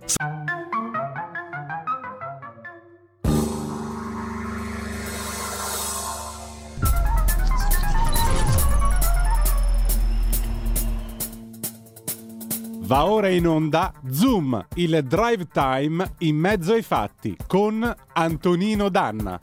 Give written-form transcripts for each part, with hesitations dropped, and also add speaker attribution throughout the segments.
Speaker 1: Va ora in onda Zoom, il drive time in mezzo ai fatti con Antonino Danna.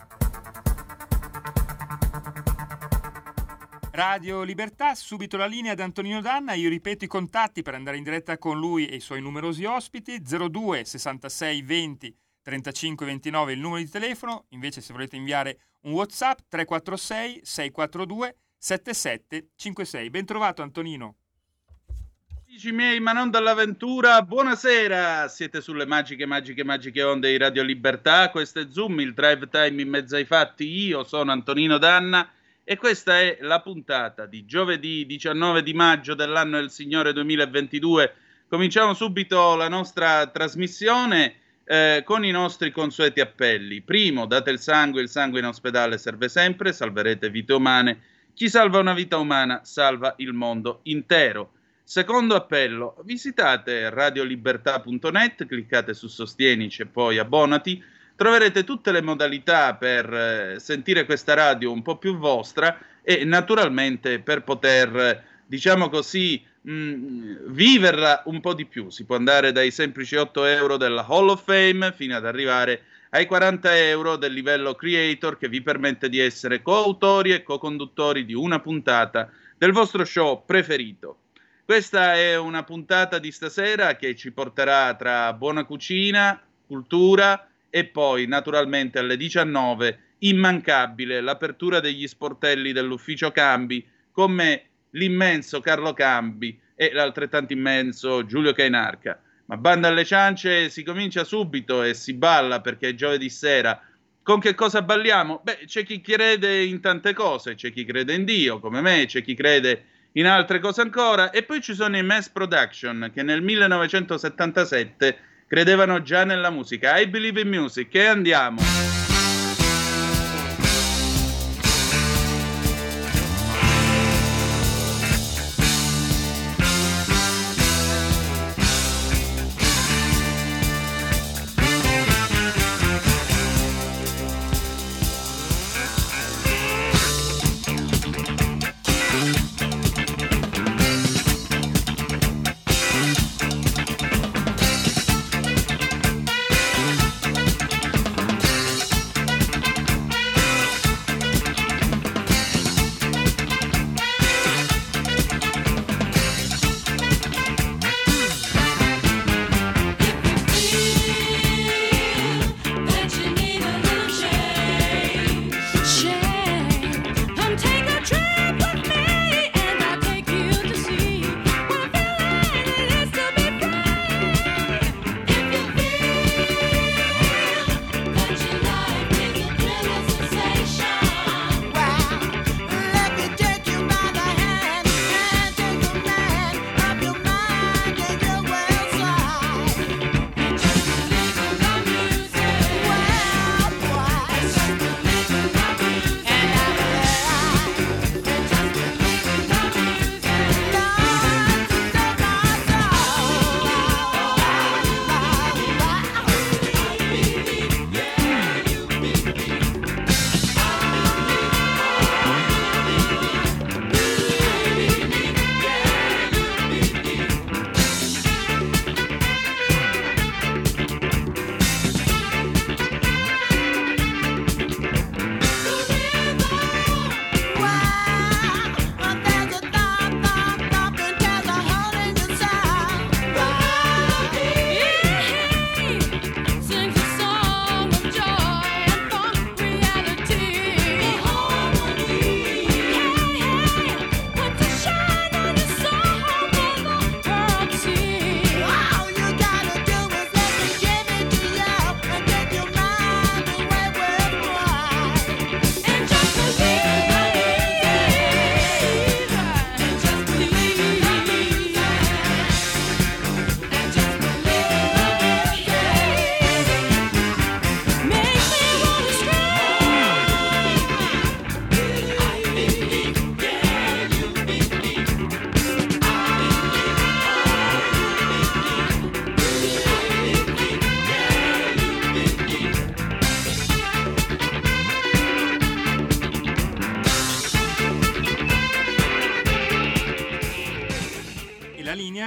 Speaker 2: Radio Libertà, subito la linea ad Antonino Danna. Io ripeto i contatti per andare in diretta con lui e i suoi numerosi ospiti: 02 66 20 35 29 il numero di telefono. Invece, se volete inviare un WhatsApp, 346 642 7756. Ben trovato, Antonino.
Speaker 3: Amici miei, ma non dall'avventura, buonasera, siete sulle magiche onde di Radio Libertà. Questo è Zoom, il drive time in mezzo ai fatti. Io sono Antonino Danna e questa è la puntata di giovedì 19 di maggio dell'anno del Signore 2022. Cominciamo subito la nostra trasmissione con i nostri consueti appelli. Primo, date il sangue in ospedale serve sempre, salverete vite umane. Chi salva una vita umana salva il mondo intero. Secondo appello, visitate radiolibertà.net, cliccate su Sostienici e poi abbonati, troverete tutte le modalità per sentire questa radio un po' più vostra e naturalmente per poter, diciamo così, viverla un po' di più. Si può andare dai semplici 8 euro della Hall of Fame fino ad arrivare ai 40 euro del livello Creator, che vi permette di essere coautori e co-conduttori di una puntata del vostro show preferito. Questa è una puntata di stasera che ci porterà tra buona cucina, cultura e poi naturalmente alle 19 immancabile l'apertura degli sportelli dell'ufficio Cambi con me, l'immenso Carlo Cambi e l'altrettanto immenso Giulio Cainarca. Ma banda alle ciance, si comincia subito e si balla perché è giovedì sera. Con che cosa balliamo? Beh, c'è chi crede in tante cose, c'è chi crede in Dio come me, c'è chi crede in altre cose ancora, e poi ci sono i Mass Production che nel 1977 credevano già nella musica. I Believe in Music, e andiamo.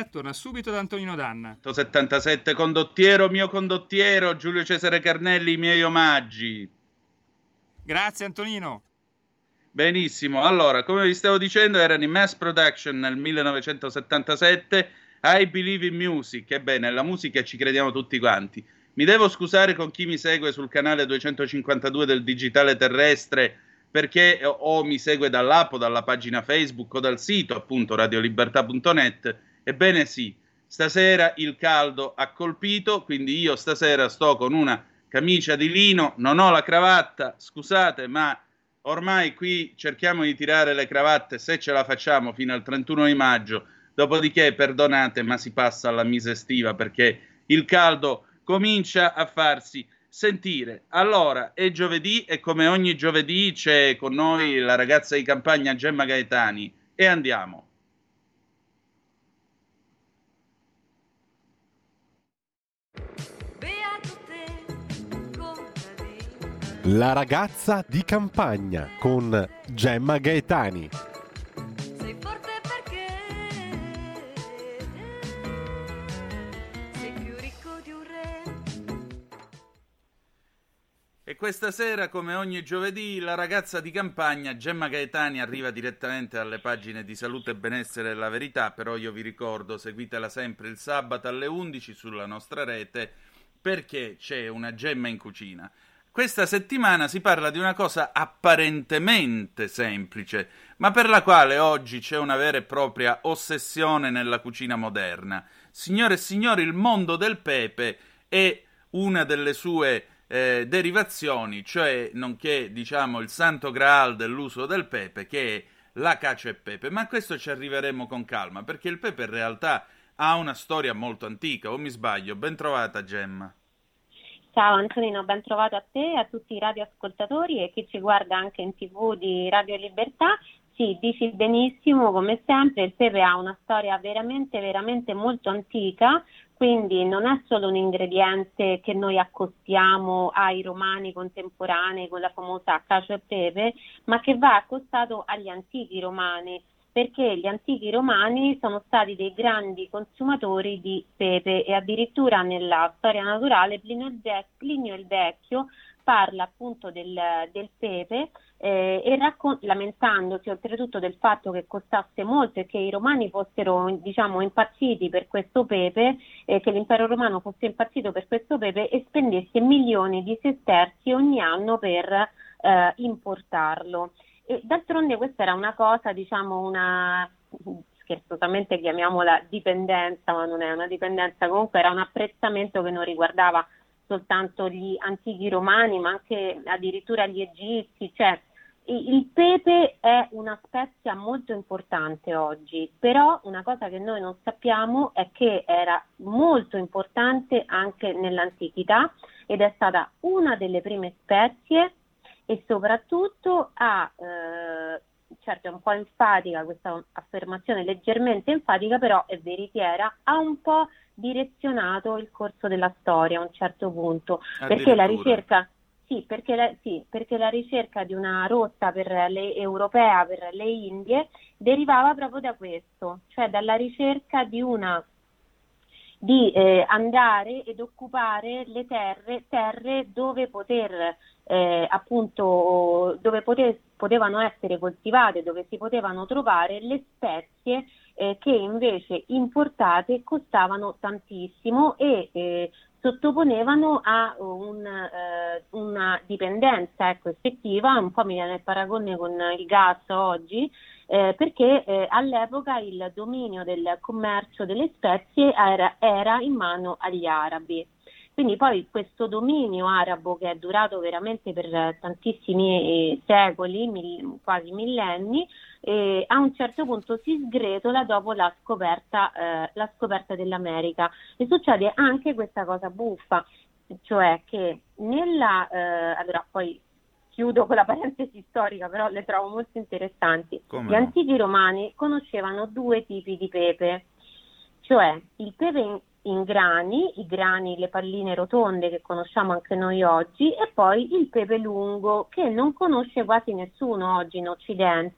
Speaker 2: torna subito da Antonino Danna.
Speaker 3: 77 condottiero, mio condottiero, Giulio Cesare Carnelli, i miei omaggi.
Speaker 2: Grazie Antonino.
Speaker 3: Benissimo, allora, come vi stavo dicendo, erano in mass production nel 1977, I Believe in Music, ebbene, nella musica ci crediamo tutti quanti. Mi devo scusare con chi mi segue sul canale 252 del Digitale Terrestre, perché o mi segue dall'app o dalla pagina Facebook o dal sito, appunto, radiolibertà.net. Ebbene sì, stasera il caldo ha colpito, quindi io stasera sto con una camicia di lino, non ho la cravatta, scusate, ma ormai qui cerchiamo di tirare le cravatte, se ce la facciamo, fino al 31 di maggio, dopodiché, perdonate, ma si passa alla mise estiva, perché il caldo comincia a farsi sentire. Allora, è giovedì e come ogni giovedì c'è con noi la ragazza di campagna Gemma Gaetani e andiamo.
Speaker 1: La ragazza di campagna con Gemma Gaetani.
Speaker 4: Sei forte perché sei più ricco di un re.
Speaker 3: E questa sera, come ogni giovedì, la ragazza di campagna Gemma Gaetani arriva direttamente alle pagine di Salute e Benessere e La Verità, però io vi ricordo, seguitela sempre il sabato alle 11 sulla nostra rete, perché c'è una Gemma in cucina. Questa settimana si parla di una cosa apparentemente semplice, ma per la quale oggi c'è una vera e propria ossessione nella cucina moderna. Signore e signori, il mondo del pepe è una delle sue derivazioni, cioè nonché, diciamo, il santo graal dell'uso del pepe, che è la cacio e pepe. Ma a questo ci arriveremo con calma, perché il pepe in realtà ha una storia molto antica, o mi sbaglio? Ben trovata, Gemma.
Speaker 5: Ciao Antonino, ben trovato a te e a tutti i radioascoltatori e chi ci guarda anche in TV di Radio Libertà. Sì, dici benissimo, come sempre il pepe ha una storia veramente, veramente molto antica, quindi non è solo un ingrediente che noi accostiamo ai romani contemporanei con la famosa cacio e pepe, ma che va accostato agli antichi romani, perché gli antichi romani sono stati dei grandi consumatori di pepe e addirittura nella storia naturale Plinio il Vecchio parla appunto del pepe e lamentandosi oltretutto del fatto che costasse molto e che i romani fossero, diciamo, impazziti per questo pepe, che l'impero romano fosse impazzito per questo pepe e spendesse milioni di sesterzi ogni anno per importarlo. E d'altronde questa era una cosa, diciamo, una scherzosamente chiamiamola dipendenza, ma non è una dipendenza, comunque era un apprezzamento che non riguardava soltanto gli antichi romani, ma anche addirittura gli egizi. Cioè, il pepe è una spezia molto importante oggi, però una cosa che noi non sappiamo è che era molto importante anche nell'antichità ed è stata una delle prime spezie e soprattutto certo è un po' enfatica questa affermazione, leggermente enfatica, però è veritiera, ha un po' direzionato il corso della storia a un certo punto, perché la ricerca perché la ricerca di una rotta europea per le Indie derivava proprio da questo, cioè dalla ricerca di andare ed occupare le terre dove potevano essere coltivate, dove si potevano trovare le spezie che invece importate costavano tantissimo e sottoponevano a una dipendenza effettiva, un po' mi viene il paragone con il gas oggi, perché all'epoca il dominio del commercio delle spezie era in mano agli arabi. Quindi poi questo dominio arabo, che è durato veramente per tantissimi secoli, quasi millenni, a un certo punto si sgretola dopo la scoperta dell'America. E succede anche questa cosa buffa, cioè che allora poi chiudo con la parentesi storica, però le trovo molto interessanti. Gli antichi romani conoscevano due tipi di pepe, cioè il pepe in grani, le palline rotonde che conosciamo anche noi oggi, e poi il pepe lungo che non conosce quasi nessuno oggi in Occidente,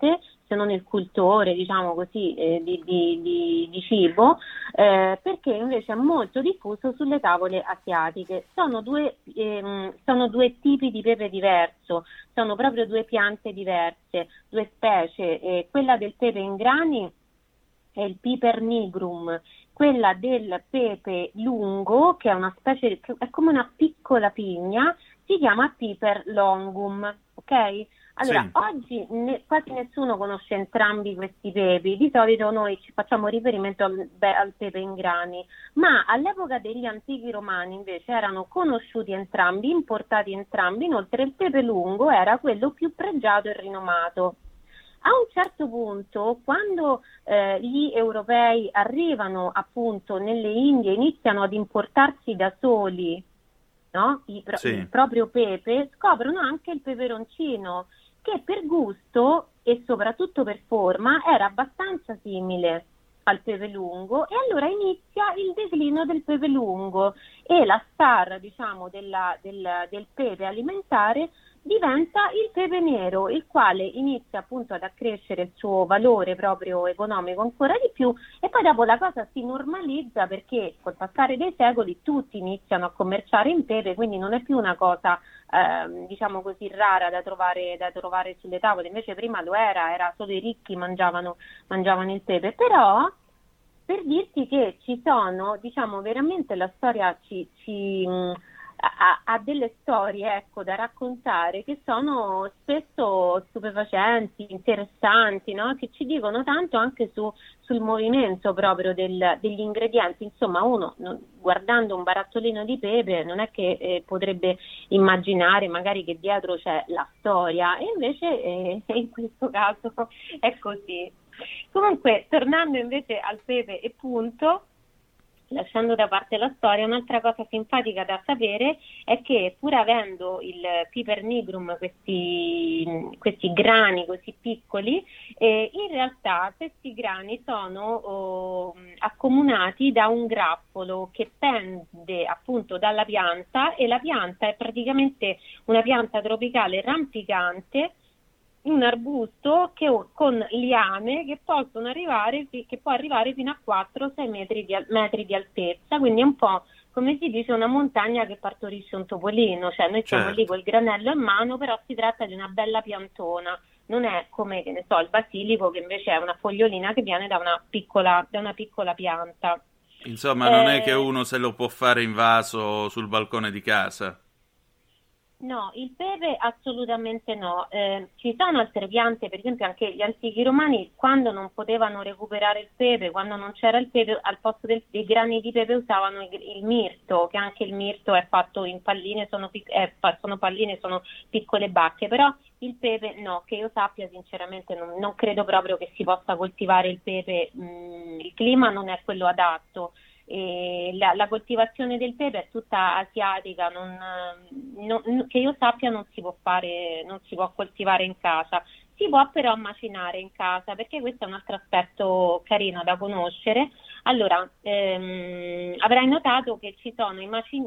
Speaker 5: se non il cultore, diciamo così, di cibo, perché invece è molto diffuso sulle tavole asiatiche. Sono due tipi di pepe diverso, sono proprio due piante diverse, due specie, quella del pepe in grani è il Piper nigrum, quella del pepe lungo, che è una specie, è come una piccola pigna, si chiama Piper longum, ok? Allora,
Speaker 3: Sì.
Speaker 5: oggi quasi nessuno conosce entrambi questi pepi, di solito noi ci facciamo riferimento al pepe in grani, ma all'epoca degli antichi romani invece erano conosciuti entrambi, importati entrambi, inoltre il pepe lungo era quello più pregiato e rinomato. A un certo punto, quando gli europei arrivano appunto nelle Indie, iniziano ad importarsi da soli, no? Il proprio pepe, scoprono anche il peperoncino, che per gusto e soprattutto per forma era abbastanza simile al pepe lungo, e allora inizia il declino del pepe lungo e la star, diciamo, del pepe alimentare diventa il pepe nero, il quale inizia appunto ad accrescere il suo valore proprio economico ancora di più, e poi dopo la cosa si normalizza perché col passare dei secoli tutti iniziano a commerciare in pepe, quindi non è più una cosa diciamo così rara da trovare sulle tavole. Invece prima lo era solo i ricchi mangiavano il pepe. Però per dirti che ci sono, diciamo, veramente la storia ha delle storie, ecco, da raccontare che sono spesso stupefacenti, interessanti, no? Che ci dicono tanto anche sul movimento proprio degli ingredienti. Insomma, uno guardando un barattolino di pepe non è che potrebbe immaginare magari che dietro c'è la storia, e invece in questo caso è così. Comunque, tornando invece al pepe e punto, lasciando da parte la storia, un'altra cosa simpatica da sapere è che, pur avendo il Piper nigrum questi grani così piccoli, in realtà questi grani sono accomunati da un grappolo che pende appunto dalla pianta, e la pianta è praticamente una pianta tropicale rampicante, un arbusto con liane che possono arrivare, che può arrivare fino a 4-6 metri di altezza, quindi è un po', come si dice, una montagna che partorisce un topolino, cioè noi siamo lì col granello in mano, però si tratta di una bella piantona, non è come, che ne so, il basilico, che invece è una fogliolina che viene da una piccola pianta.
Speaker 3: Insomma, non è che uno se lo può fare in vaso sul balcone di casa.
Speaker 5: No, il pepe assolutamente no. Ci sono altre piante, per esempio anche gli antichi romani, quando non potevano recuperare il pepe, quando non c'era il pepe, al posto dei grani di pepe usavano il mirto, che anche il mirto è fatto in palline, sono palline, sono piccole bacche, però il pepe no, che io sappia sinceramente non credo proprio che si possa coltivare il pepe, il clima non è quello adatto. E la coltivazione del pepe è tutta asiatica, che io sappia non si può fare, non si può coltivare in casa, si può però macinare in casa, perché questo è un altro aspetto carino da conoscere. Allora, avrai notato che ci sono i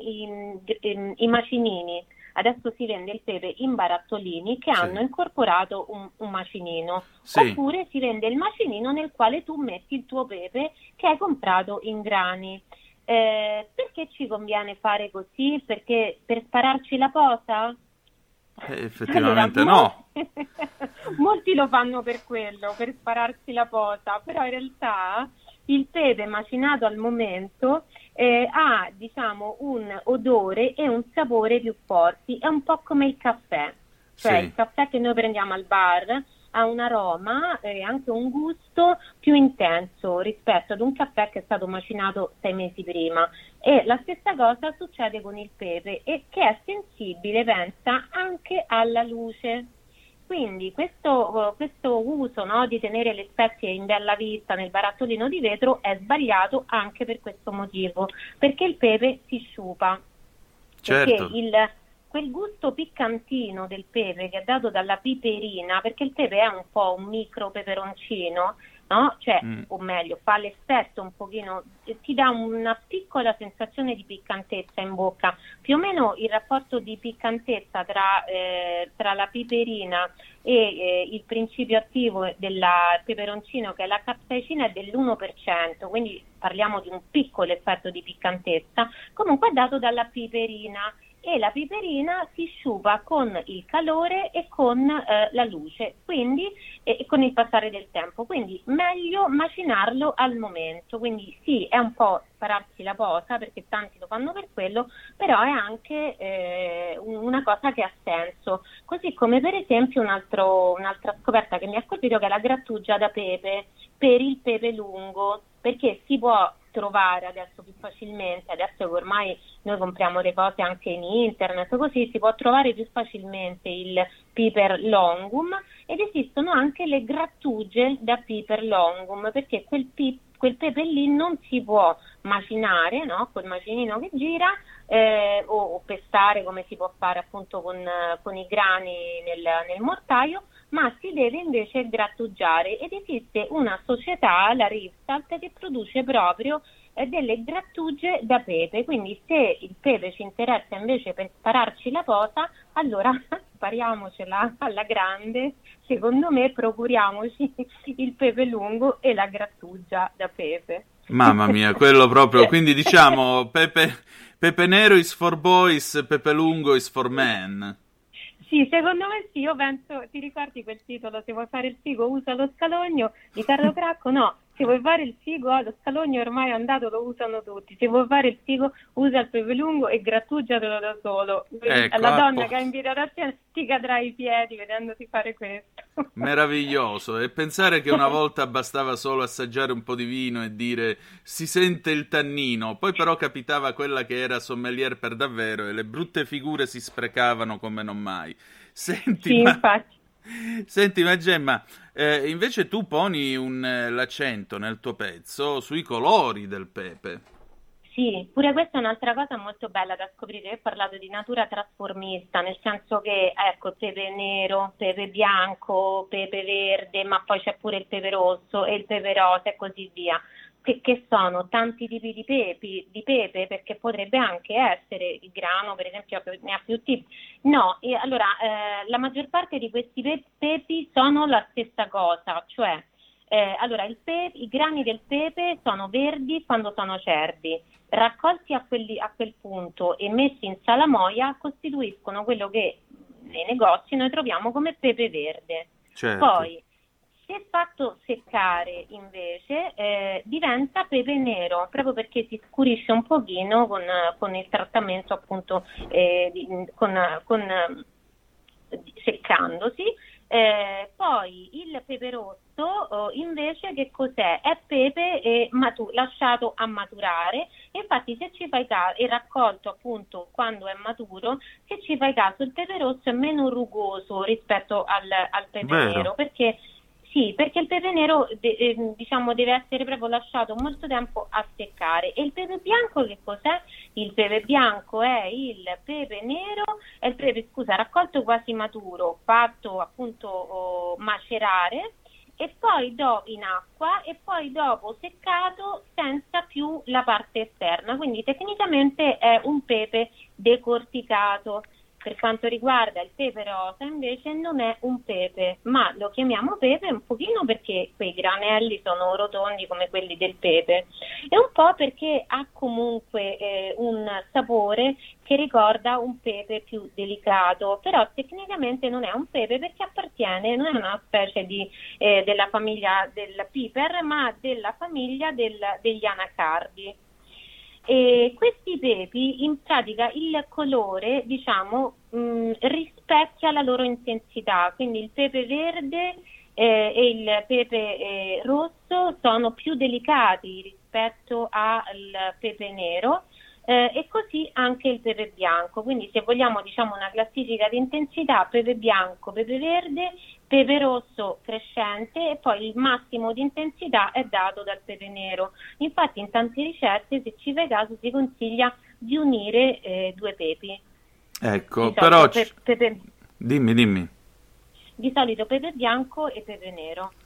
Speaker 5: macinini. Adesso si vende il pepe in barattolini che hanno incorporato un macinino, oppure si vende il macinino nel quale tu metti il tuo pepe che hai comprato in grani. Perché ci conviene fare così? Perché per spararci la posa?
Speaker 3: Effettivamente
Speaker 5: allora,
Speaker 3: no.
Speaker 5: Molti lo fanno per quello, per spararsi la posa, però in realtà il pepe macinato al momento ha, diciamo, un odore e un sapore più forti, è un po' come il caffè, cioè il caffè che noi prendiamo al bar ha un aroma e anche un gusto più intenso rispetto ad un caffè che è stato macinato 6 mesi prima, e la stessa cosa succede con il pepe, e che è sensibile, pensa, anche alla luce. Quindi questo uso, no, di tenere le spezie in bella vista nel barattolino di vetro è sbagliato anche per questo motivo, perché il pepe si sciupa.
Speaker 3: Certo.
Speaker 5: Perché quel gusto piccantino del pepe che è dato dalla piperina, perché il pepe è un po' un micro peperoncino, no? Cioè, o meglio, fa l'effetto un pochino, ti dà una piccola sensazione di piccantezza in bocca. Più o meno il rapporto di piccantezza tra la piperina e il principio attivo del peperoncino, che è la capsaicina, è dell'1%, quindi parliamo di un piccolo effetto di piccantezza, comunque è dato dalla piperina. E la piperina si sciupa con il calore e con la luce, quindi e con il passare del tempo, quindi meglio macinarlo al momento. Quindi sì, è un po' spararsi la posa, perché tanti lo fanno per quello, però è anche una cosa che ha senso. Così come per esempio un'altra scoperta che mi ha colpito, che è la grattugia da pepe per il pepe lungo, perché si può trovare adesso più facilmente, adesso che ormai noi compriamo le cose anche in internet, così si può trovare più facilmente il piper longum, ed esistono anche le grattugie da piper longum, perché quel pepe lì non si può macinare, no? Col macinino che gira, o pestare come si può fare appunto con i grani nel mortaio, ma si deve invece grattugiare, ed esiste una società, la Rivsalt, che produce proprio delle grattugie da pepe. Quindi se il pepe ci interessa invece per spararci la posa, allora spariamocela alla grande, secondo me procuriamoci il pepe lungo e la grattugia da pepe.
Speaker 6: Mamma mia, quello proprio, quindi diciamo pepe nero is for boys, pepe lungo is for men.
Speaker 5: Sì, secondo me sì, io penso, ti ricordi quel titolo, se vuoi fare il figo usa lo scalogno, di Carlo Cracco? No, se vuoi fare il figo, lo scalogno ormai è andato, lo usano tutti, se vuoi fare il figo usa il pepe lungo e grattugiatelo da solo.
Speaker 6: Ecco,
Speaker 5: alla donna che ha invitato a cena ti cadrà ai piedi vedendoti fare questo.
Speaker 6: Meraviglioso, e pensare che una volta bastava solo assaggiare un po' di vino e dire si sente il tannino, poi però capitava quella che era sommelier per davvero e le brutte figure si sprecavano come non mai. Senti,
Speaker 5: sì, infatti.
Speaker 6: Senti, ma Gemma, invece tu poni l'accento nel tuo pezzo sui colori del pepe.
Speaker 5: Sì, pure questa è un'altra cosa molto bella da scoprire. Io ho parlato di natura trasformista, nel senso che, ecco, pepe nero, pepe bianco, pepe verde, ma poi c'è pure il pepe rosso e il pepe rosa e così via. Che sono tanti tipi di pepe, perché potrebbe anche essere il grano, per esempio, ne ha più tipi. No, allora, la maggior parte di questi pepi sono la stessa cosa, cioè, allora, i grani del pepe sono verdi quando sono acerbi, raccolti a quel punto e messi in salamoia costituiscono quello che nei negozi noi troviamo come pepe verde.
Speaker 6: Certo.
Speaker 5: Poi, se fatto seccare invece diventa pepe nero, proprio perché si scurisce un pochino con il trattamento appunto seccandosi. Poi il pepe rosso invece che cos'è? È pepe lasciato a maturare. Infatti se ci fai caso, è raccolto appunto quando è maturo, se ci fai caso il pepe rosso è meno rugoso rispetto al pepe nero, perché il pepe nero diciamo deve essere proprio lasciato molto tempo a seccare. E il pepe bianco che cos'è? Il pepe bianco è il pepe nero, è il pepe, raccolto quasi maturo, fatto appunto macerare e poi in acqua e poi dopo seccato senza più la parte esterna. Quindi tecnicamente è un pepe decorticato. Per quanto riguarda il pepe rosa invece non è un pepe, ma lo chiamiamo pepe un pochino perché quei granelli sono rotondi come quelli del pepe e un po' perché ha comunque un sapore che ricorda un pepe più delicato, però tecnicamente non è un pepe perché non è una specie della famiglia del piper, ma della famiglia degli anacardi. E questi pepi, in pratica, il colore, diciamo, rispecchia la loro intensità, quindi il pepe verde e il pepe rosso sono più delicati rispetto al pepe nero, e così anche il pepe bianco. Quindi se vogliamo, diciamo, una classifica di intensità: pepe bianco, pepe verde, pepe rosso crescente e poi il massimo di intensità è dato dal pepe nero. Infatti in tante ricette, se ci fai caso, si consiglia di unire due pepi.
Speaker 6: Ecco, però dimmi.
Speaker 5: Di solito pepe bianco e pepe nero.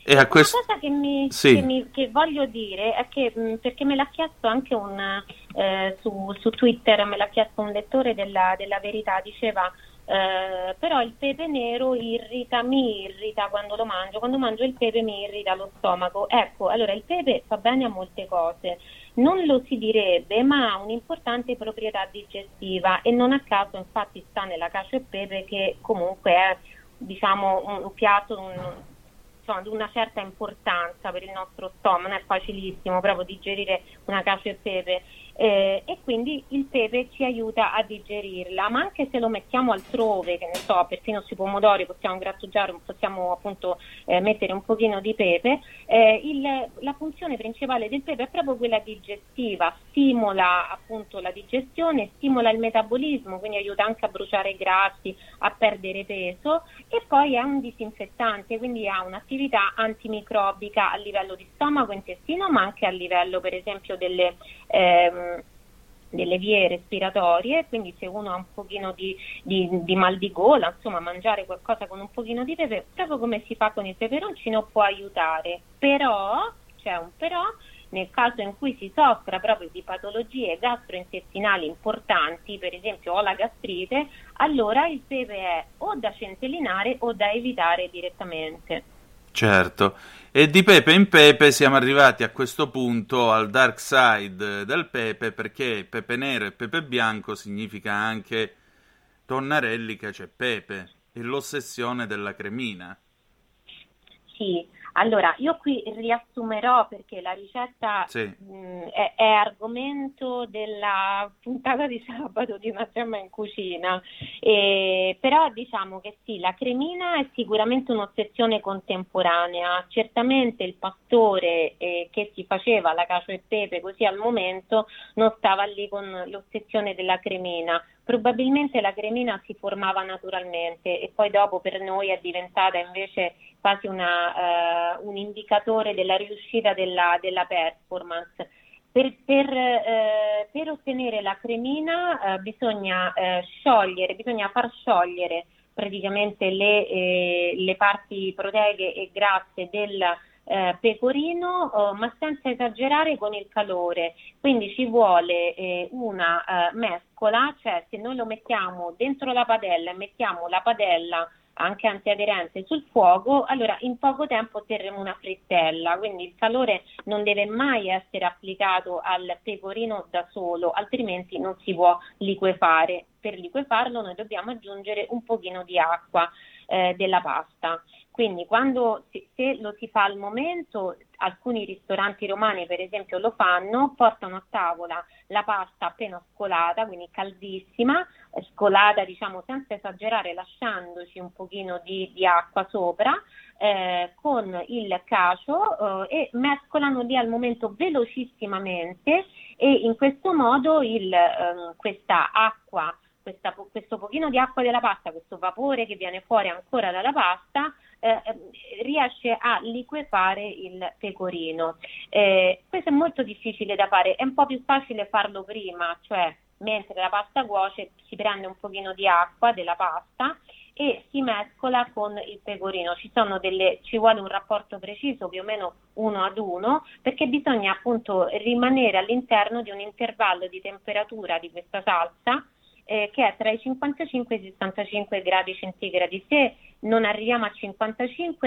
Speaker 6: E a questo...
Speaker 5: Una cosa
Speaker 6: Sì.
Speaker 5: che voglio dire è che, perché me l'ha chiesto anche su Twitter, me l'ha chiesto un lettore della Verità, diceva però il pepe nero mi irrita quando mangio il pepe mi irrita lo stomaco. Ecco, allora il pepe fa bene a molte cose, non lo si direbbe, ma ha un'importante proprietà digestiva e non a caso infatti sta nella cacio e pepe, che comunque è, diciamo, un piatto insomma, di una certa importanza per il nostro stomaco, non è facilissimo proprio digerire una cacio e pepe, e quindi il pepe ci aiuta a digerirla, ma anche se lo mettiamo altrove, che ne so, perfino sui pomodori possiamo grattugiare, possiamo appunto mettere un pochino di pepe, la funzione principale del pepe è proprio quella digestiva, stimola appunto la digestione, stimola il metabolismo, quindi aiuta anche a bruciare i grassi, a perdere peso, e poi è un disinfettante, quindi ha un'attività antimicrobica a livello di stomaco, intestino, ma anche a livello per esempio delle vie respiratorie, quindi se uno ha un pochino di mal di gola, insomma mangiare qualcosa con un pochino di pepe, proprio come si fa con il peperoncino, può aiutare. Però, c'è un però, nel caso in cui si soffra proprio di patologie gastrointestinali importanti, per esempio o la gastrite, allora il pepe è o da centellinare o da evitare direttamente.
Speaker 6: Certo, e di pepe in pepe siamo arrivati a questo punto al dark side del pepe, perché pepe nero e pepe bianco significa anche tonnarelli cacio e pepe, e l'ossessione della cremina.
Speaker 5: Sì, allora io qui riassumerò perché la ricetta
Speaker 6: Sì,
Speaker 5: è argomento della puntata di sabato di Una gemma in cucina, però diciamo che sì, la cremina è sicuramente un'ossessione contemporanea. Certamente il pastore che si faceva la cacio e pepe così al momento non stava lì con l'ossessione della cremina. Probabilmente la cremina si formava naturalmente e poi dopo per noi è diventata invece quasi un indicatore della riuscita della performance. Per ottenere la cremina bisogna far sciogliere praticamente le parti proteiche e grasse del pecorino, ma senza esagerare con il calore. Quindi ci vuole una mescola, cioè se noi lo mettiamo dentro la padella e mettiamo la padella anche antiaderente sul fuoco, allora in poco tempo otterremo una frittella, quindi il calore non deve mai essere applicato al pecorino da solo, altrimenti non si può liquefare. Per liquefarlo noi dobbiamo aggiungere un pochino di acqua della pasta. Quindi se lo si fa al momento, alcuni ristoranti romani per esempio lo fanno, portano a tavola la pasta appena scolata, quindi caldissima, scolata diciamo senza esagerare, lasciandoci un pochino di acqua sopra, con il cacio, e mescolano lì al momento velocissimamente, e in questo modo questa acqua, questo pochino di acqua della pasta, questo vapore che viene fuori ancora dalla pasta, riesce a liquefare il pecorino. Questo è molto difficile da fare, è un po' più facile farlo prima, cioè mentre la pasta cuoce si prende un pochino di acqua della pasta e si mescola con il pecorino. Ci vuole un rapporto preciso, più o meno 1:1, perché bisogna appunto rimanere all'interno di un intervallo di temperatura di questa salsa che è tra i 55 e i 65 gradi centigradi. Se non arriviamo a 55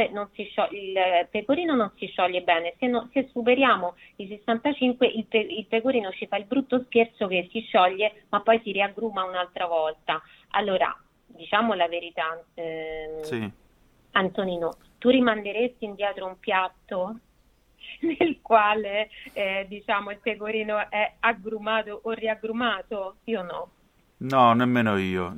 Speaker 5: il pecorino non si scioglie bene, se superiamo i 65 il pecorino ci fa il brutto scherzo che si scioglie ma poi si riaggruma un'altra volta. Allora, diciamo la verità,
Speaker 6: sì.
Speaker 5: Antonino, tu rimanderesti indietro un piatto nel quale diciamo il pecorino è aggrumato o riaggrumato? Io no.
Speaker 6: No, nemmeno io.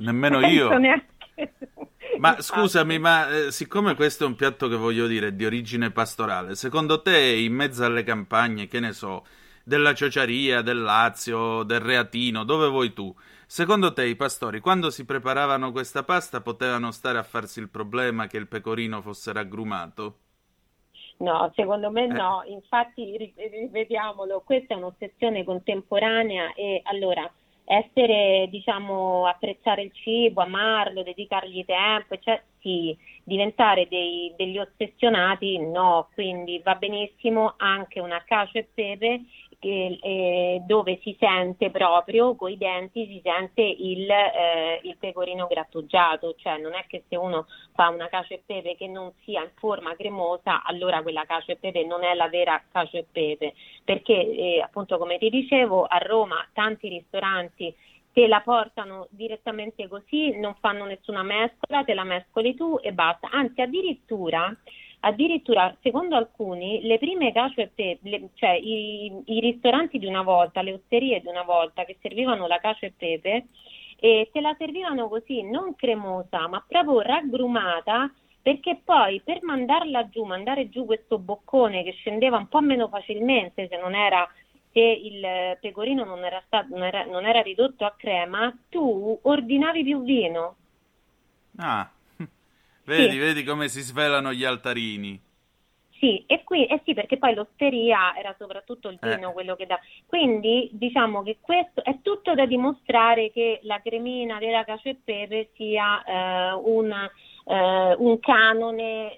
Speaker 6: Ma scusami, siccome questo è un piatto che voglio dire di origine pastorale, secondo te in mezzo alle campagne, che ne so, della Ciociaria, del Lazio, del Reatino, dove vuoi tu, secondo te i pastori quando si preparavano questa pasta potevano stare a farsi il problema che il pecorino fosse raggrumato?
Speaker 5: No, secondo me no, infatti rivediamolo, questa è un'ossessione contemporanea e allora essere, diciamo, apprezzare il cibo, amarlo, dedicargli tempo, cioè sì, diventare degli ossessionati no, quindi va benissimo anche una cacio e pepe dove si sente proprio coi denti, si sente il pecorino grattugiato, cioè non è che se uno fa una cacio e pepe che non sia in forma cremosa, allora quella cacio e pepe non è la vera cacio e pepe, perché appunto come ti dicevo a Roma tanti ristoranti te la portano direttamente così, non fanno nessuna mescola, te la mescoli tu e basta, anzi addirittura secondo alcuni le prime cacio e pepe, cioè i ristoranti di una volta, le osterie di una volta che servivano la cacio e pepe te la servivano così, non cremosa ma proprio raggrumata, perché poi per mandare giù questo boccone che scendeva un po' meno facilmente se il pecorino non era ridotto a crema, tu ordinavi più vino.
Speaker 6: Vedi come si svelano gli altarini.
Speaker 5: Sì, sì, perché poi l'osteria era soprattutto il vino quello che dà. Quindi diciamo che questo è tutto da dimostrare che la cremina della cacio e pepe sia un canone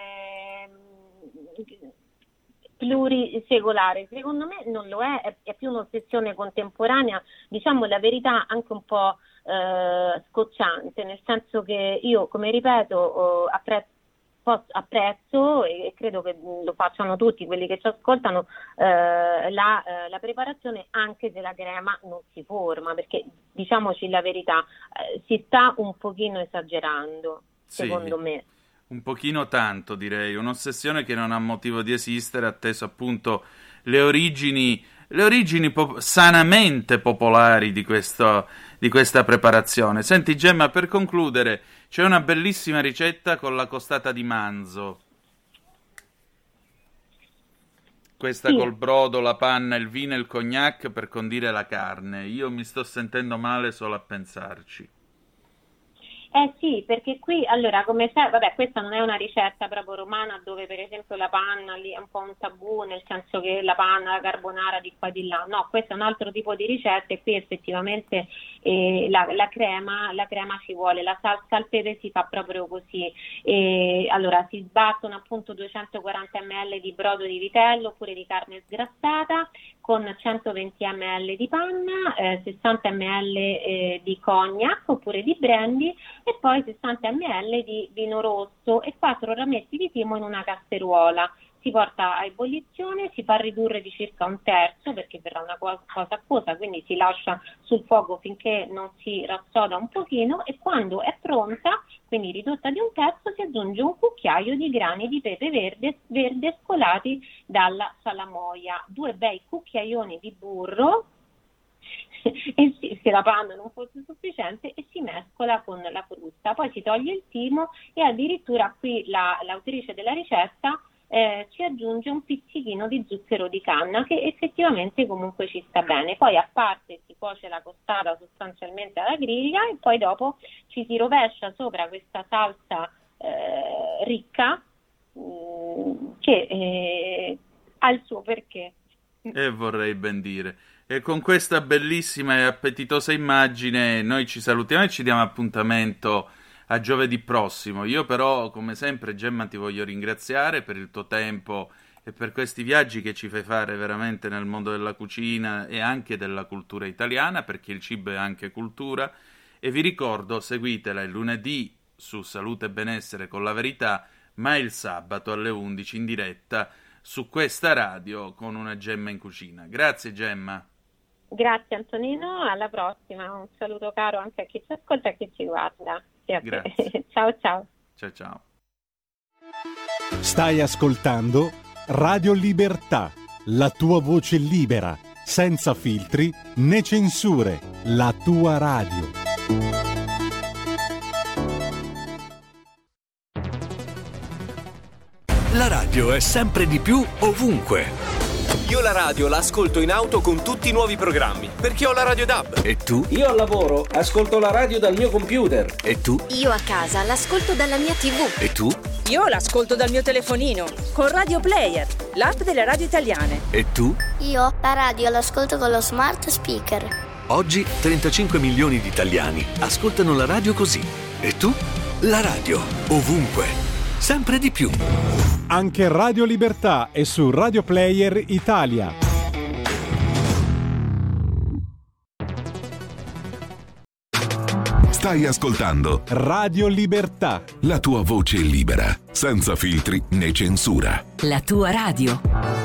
Speaker 5: plurisecolare. Secondo me non lo è più un'ossessione contemporanea, diciamo la verità anche un po' scocciante, nel senso che io, come ripeto, apprezzo e credo che lo facciano tutti quelli che ci ascoltano la preparazione, anche se la crema non si forma, perché diciamoci la verità, si sta un pochino esagerando, secondo me.
Speaker 6: Un pochino tanto, direi, un'ossessione che non ha motivo di esistere, atteso appunto le origini sanamente popolari di questa preparazione. Senti Gemma, per concludere, c'è una bellissima ricetta con la costata di manzo. Questa
Speaker 5: sì.
Speaker 6: Col brodo, la panna, il vino e il cognac per condire la carne. Io mi sto sentendo male solo a pensarci.
Speaker 5: Sì, perché qui, allora, come sai, vabbè, questa non è una ricetta proprio romana, dove per esempio la panna lì è un po' un tabù, nel senso che la panna, la carbonara di qua di là, no, questo è un altro tipo di ricetta e qui effettivamente la crema ci vuole, la salsa al pepe si fa proprio così, allora si sbattono appunto 240 ml di brodo di vitello oppure di carne sgrassata con 120 ml di panna, 60 ml di cognac oppure di brandy e poi 60 ml di vino rosso e 4 rametti di timo in una casseruola. Si porta a ebollizione, si fa ridurre di circa un terzo perché verrà una cosa acquosa, quindi si lascia sul fuoco finché non si rassoda un pochino e quando è pronta, quindi ridotta di un terzo, si aggiunge un cucchiaio di grani di pepe verde scolati dalla salamoia, 2 bei cucchiaioni di burro e se la panna non fosse sufficiente e si mescola con la frusta, poi si toglie il timo e addirittura qui l'autrice della ricetta ci aggiunge un pizzichino di zucchero di canna che effettivamente comunque ci sta bene. Poi a parte si cuoce la costata sostanzialmente alla griglia e poi dopo ci si rovescia sopra questa salsa ricca che ha il suo perché.
Speaker 6: E vorrei ben dire. E con questa bellissima e appetitosa immagine noi ci salutiamo e ci diamo appuntamento a giovedì prossimo. Io però, come sempre, Gemma, ti voglio ringraziare per il tuo tempo e per questi viaggi che ci fai fare veramente nel mondo della cucina e anche della cultura italiana, perché il cibo è anche cultura. E vi ricordo, seguitela il lunedì su Salute e Benessere con la Verità, ma il sabato alle 11 in diretta su questa radio con una Gemma in cucina. Grazie Gemma.
Speaker 5: Grazie Antonino, alla prossima. Un saluto caro anche a chi ci ascolta e a chi ci guarda.
Speaker 6: Grazie.
Speaker 5: Ciao ciao.
Speaker 6: Ciao ciao.
Speaker 1: Stai ascoltando Radio Libertà, la tua voce libera, senza filtri né censure, la tua radio.
Speaker 7: La radio è sempre di più ovunque.
Speaker 8: Io la radio la ascolto in auto con tutti i nuovi programmi, perché ho la radio DAB.
Speaker 7: E tu?
Speaker 9: Io al lavoro ascolto la radio dal mio computer.
Speaker 7: E tu?
Speaker 10: Io a casa l'ascolto dalla mia TV.
Speaker 7: E tu?
Speaker 11: Io l'ascolto dal mio telefonino, con Radio Player, l'app delle radio italiane.
Speaker 7: E tu?
Speaker 10: Io la radio l'ascolto con lo smart speaker.
Speaker 7: Oggi 35 milioni di italiani ascoltano la radio così. E tu? La radio, ovunque, sempre di più.
Speaker 1: Anche Radio Libertà è su Radio Player Italia.
Speaker 12: Stai ascoltando
Speaker 1: Radio Libertà.
Speaker 12: La tua voce libera, senza filtri né censura.
Speaker 10: La tua radio.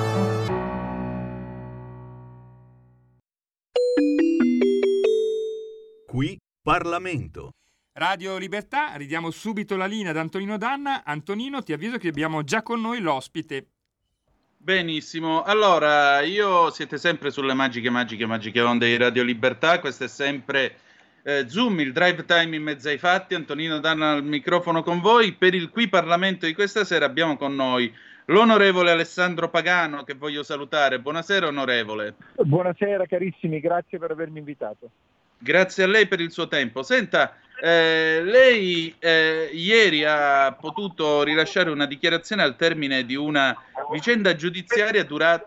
Speaker 7: Qui Parlamento.
Speaker 2: Radio Libertà, ridiamo subito la linea ad Antonino Danna. Antonino, ti avviso che abbiamo già con noi l'ospite.
Speaker 3: Benissimo, allora siete sempre sulle magiche onde di Radio Libertà. Questo è sempre Zoom, il drive time in mezzo ai fatti. Antonino Danna al microfono con voi. Per il Qui Parlamento di questa sera abbiamo con noi l'onorevole Alessandro Pagano, che voglio salutare. Buonasera onorevole.
Speaker 13: Buonasera carissimi, grazie per avermi invitato.
Speaker 3: Grazie a lei per il suo tempo. Senta, lei ieri ha potuto rilasciare una dichiarazione al termine di una vicenda giudiziaria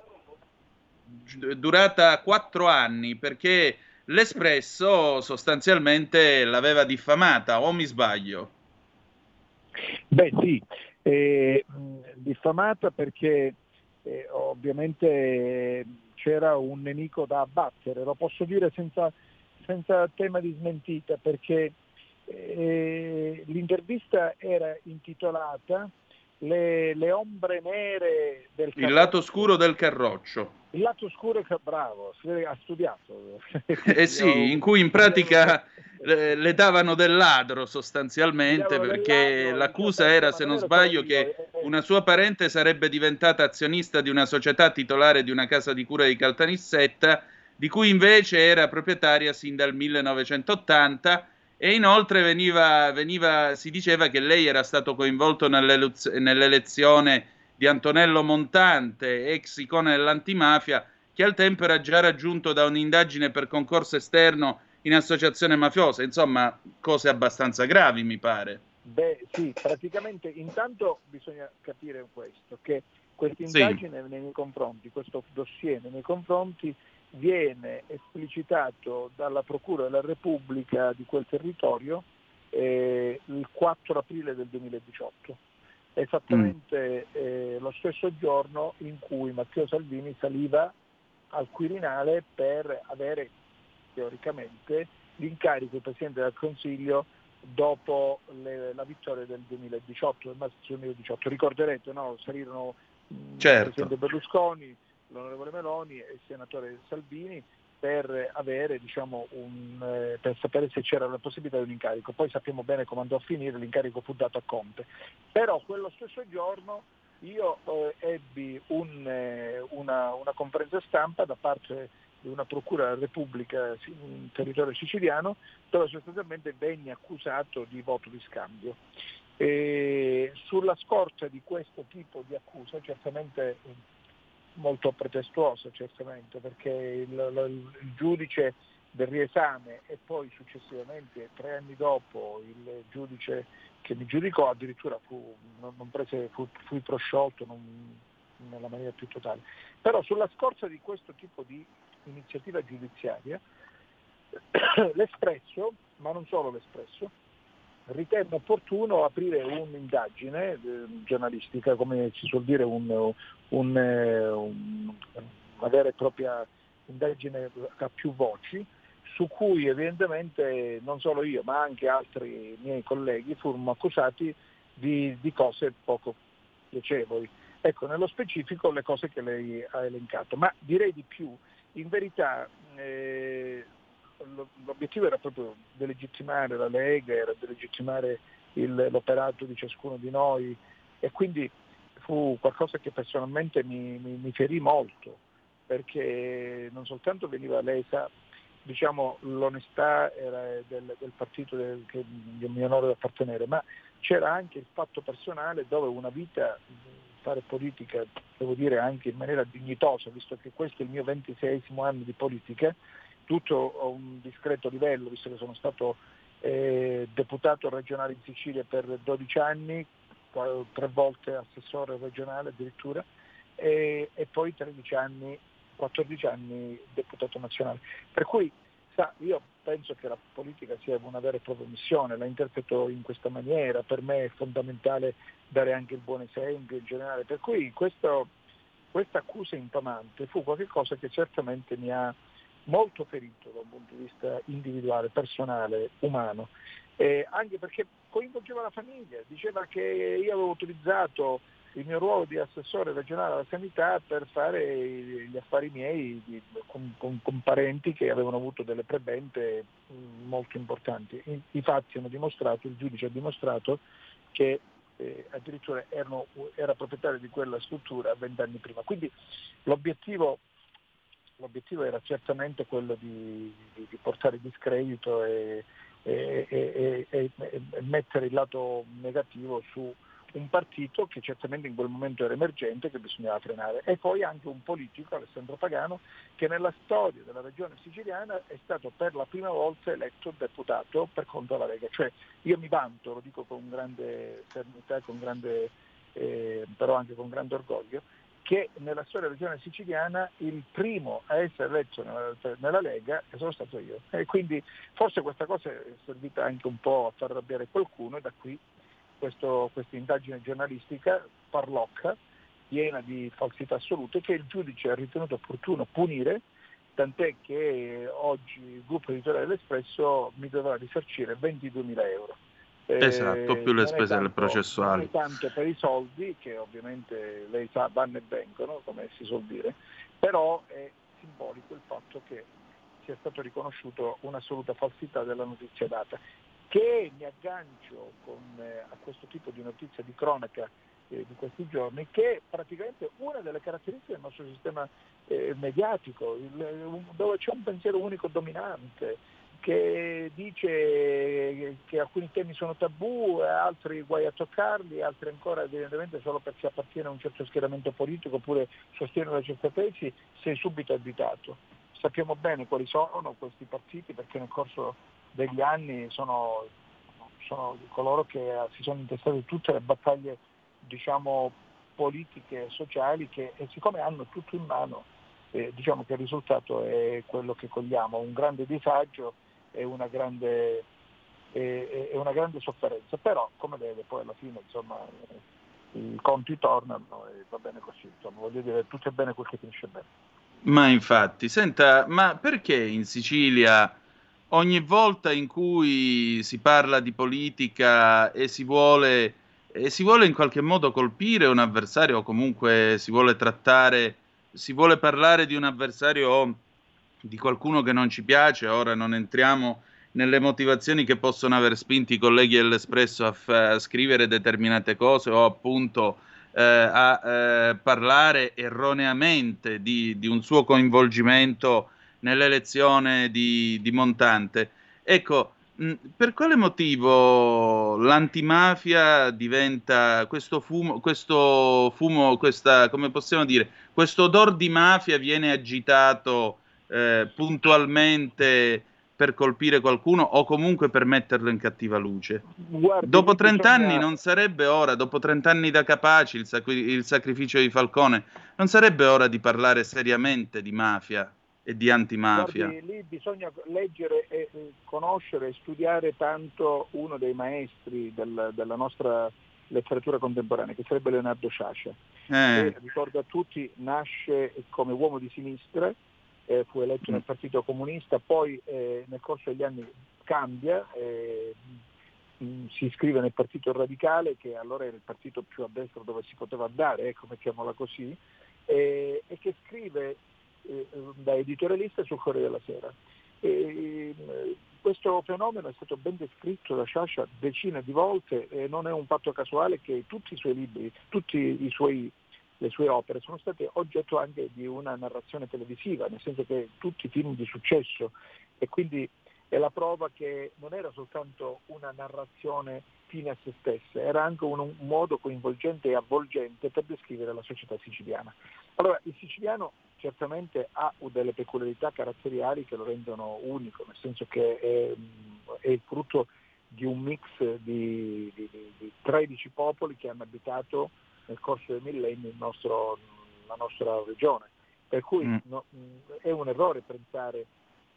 Speaker 3: durata 4 anni, perché l'Espresso sostanzialmente l'aveva diffamata, o mi sbaglio?
Speaker 13: Beh sì, diffamata perché ovviamente c'era un nemico da abbattere, lo posso dire senza tema di smentita, perché l'intervista era intitolata Le ombre nere del Carroccio.
Speaker 3: Il lato scuro del Carroccio.
Speaker 13: Il lato scuro, bravo, ha studiato.
Speaker 3: Sì, in cui in pratica le davano del ladro sostanzialmente, perché l'accusa era, se non sbaglio, che una sua parente sarebbe diventata azionista di una società titolare di una casa di cura di Caltanissetta, di cui invece era proprietaria sin dal 1980, e inoltre si diceva che lei era stato coinvolto nell'elezione di Antonello Montante, ex icona dell'antimafia, che al tempo era già raggiunto da un'indagine per concorso esterno in associazione mafiosa. Insomma, cose abbastanza gravi, mi pare.
Speaker 13: Beh sì, praticamente intanto bisogna capire questo, che questa indagine nei miei confronti, questo dossier nei miei confronti, viene esplicitato dalla Procura della Repubblica di quel territorio il 4 aprile del 2018, esattamente lo stesso giorno in cui Matteo Salvini saliva al Quirinale per avere teoricamente l'incarico di Presidente del Consiglio dopo la vittoria del 2018, del marzo 2018. Ricorderete, no? Salirono il Presidente Berlusconi, l'onorevole Meloni e il senatore Salvini per avere, per sapere se c'era la possibilità di un incarico. Poi sappiamo bene come andò a finire, l'incarico fu dato a Conte. Però quello stesso giorno io ebbi una conferenza stampa da parte di una procura della Repubblica in territorio siciliano, dove sostanzialmente venni accusato di voto di scambio. E sulla scorta di questo tipo di accusa, certamente molto pretestuosa, certamente, perché il giudice del riesame e poi successivamente 3 anni dopo il giudice che mi giudicò addirittura fui prosciolto nella maniera più totale. Però sulla scorta di questo tipo di iniziativa giudiziaria l'Espresso, ma non solo l'Espresso, ritenne opportuno aprire un'indagine giornalistica, come si suol dire, una vera e propria indagine a più voci, su cui evidentemente non solo io ma anche altri miei colleghi furono accusati di cose poco piacevoli. Ecco, nello specifico le cose che lei ha elencato, ma direi di più. In verità l'obiettivo era proprio delegittimare la Lega, era delegittimare l'operato di ciascuno di noi, e quindi fu qualcosa che personalmente mi ferì molto, perché non soltanto veniva lesa l'onestà era del partito che mi onoro di appartenere, ma c'era anche il fatto personale, dove una vita, fare politica, devo dire anche in maniera dignitosa, visto che questo è il mio 26esimo anno di politica, tutto a un discreto livello, visto che sono stato deputato regionale in Sicilia per 12 anni, 3 volte assessore regionale addirittura, e poi 14 anni deputato nazionale. Per cui Io penso che la politica sia una vera e propria missione, la interpreto in questa maniera, per me è fondamentale dare anche il buon esempio in generale, per cui questa accusa infamante fu qualcosa che certamente mi ha molto ferito da un punto di vista individuale, personale, umano, anche perché coinvolgeva la famiglia, diceva che io avevo utilizzato il mio ruolo di assessore regionale alla sanità per fare gli affari miei con parenti che avevano avuto delle prebende molto importanti. I fatti hanno dimostrato, il giudice ha dimostrato che addirittura era proprietario di quella struttura 20 anni prima. Quindi l'obiettivo era certamente quello di portare discredito e mettere il lato negativo su un partito che certamente in quel momento era emergente, che bisognava frenare, e poi anche un politico, Alessandro Pagano, che nella storia della regione siciliana è stato per la prima volta eletto deputato per conto della Lega. Cioè io mi vanto, lo dico con grande serenità, però anche con grande orgoglio, che nella storia della regione siciliana il primo a essere eletto nella Lega sono stato io. E quindi forse questa cosa è servita anche un po' a far arrabbiare qualcuno, e da qui questa indagine giornalistica farlocca, piena di falsità assolute, che il giudice ha ritenuto opportuno punire, tant'è che oggi il gruppo editoriale dell'Espresso mi dovrà risarcire 22.000 euro.
Speaker 6: Esatto, più le spese del processuali.
Speaker 13: Non è tanto per i soldi, che ovviamente lei sa vanno e vengono, come si suol dire, però è simbolico il fatto che sia stato riconosciuto un'assoluta falsità della notizia data, che mi aggancio a questo tipo di notizia di cronaca di questi giorni, che è praticamente una delle caratteristiche del nostro sistema mediatico, dove c'è un pensiero unico dominante, che dice che alcuni temi sono tabù, altri guai a toccarli, altri ancora evidentemente solo perché appartiene a un certo schieramento politico oppure sostiene una certa tesi, sei subito additato. Sappiamo bene quali sono questi partiti, perché nel corso degli anni sono coloro che si sono intestati tutte le battaglie, diciamo, politiche e sociali, che siccome hanno tutto in mano, diciamo che il risultato è quello che cogliamo, un grande disagio e una grande sofferenza. Però, come vede, poi alla fine, insomma, i conti tornano e va bene così, insomma, voglio dire, tutto è bene quel che finisce bene.
Speaker 6: Ma infatti, senta, ma perché in Sicilia ogni volta in cui si parla di politica e si vuole in qualche modo colpire un avversario, o comunque si vuole parlare di un avversario o di qualcuno che non ci piace, ora non entriamo nelle motivazioni che possono aver spinto i colleghi dell'Espresso a scrivere determinate cose o appunto a parlare erroneamente di un suo coinvolgimento nell'elezione di Montante. Ecco, per quale motivo l'antimafia diventa questo fumo, come possiamo dire, questo odor di mafia viene agitato puntualmente per colpire qualcuno o comunque per metterlo in cattiva luce?
Speaker 13: Guardi,
Speaker 6: dopo 30 anni non sarebbe ora, dopo 30 anni da Capaci, il sacrificio di Falcone, non sarebbe ora di parlare seriamente di mafia e di antimafia?
Speaker 13: Guardi, lì bisogna leggere e conoscere e studiare tanto uno dei maestri della nostra letteratura contemporanea, che sarebbe Leonardo Sciascia. Che, ricordo a tutti, nasce come uomo di sinistra, fu eletto nel Partito Comunista, poi nel corso degli anni cambia, si iscrive nel Partito Radicale, che allora era il partito più a destra dove si poteva andare, ecco, mettiamola così, e che scrive da editorialista sul Corriere della Sera. Questo fenomeno è stato ben descritto da Sciascia decine di volte, e non è un fatto casuale che tutti i suoi libri, le sue opere sono state oggetto anche di una narrazione televisiva, nel senso che tutti i film di successo, e quindi è la prova che non era soltanto una narrazione fine a se stessa, era anche un modo coinvolgente e avvolgente per descrivere la società siciliana. Allora, il siciliano certamente ha delle peculiarità caratteriali che lo rendono unico, nel senso che è il frutto di un mix di 13 popoli che hanno abitato nel corso dei millenni la nostra regione, per cui è un errore pensare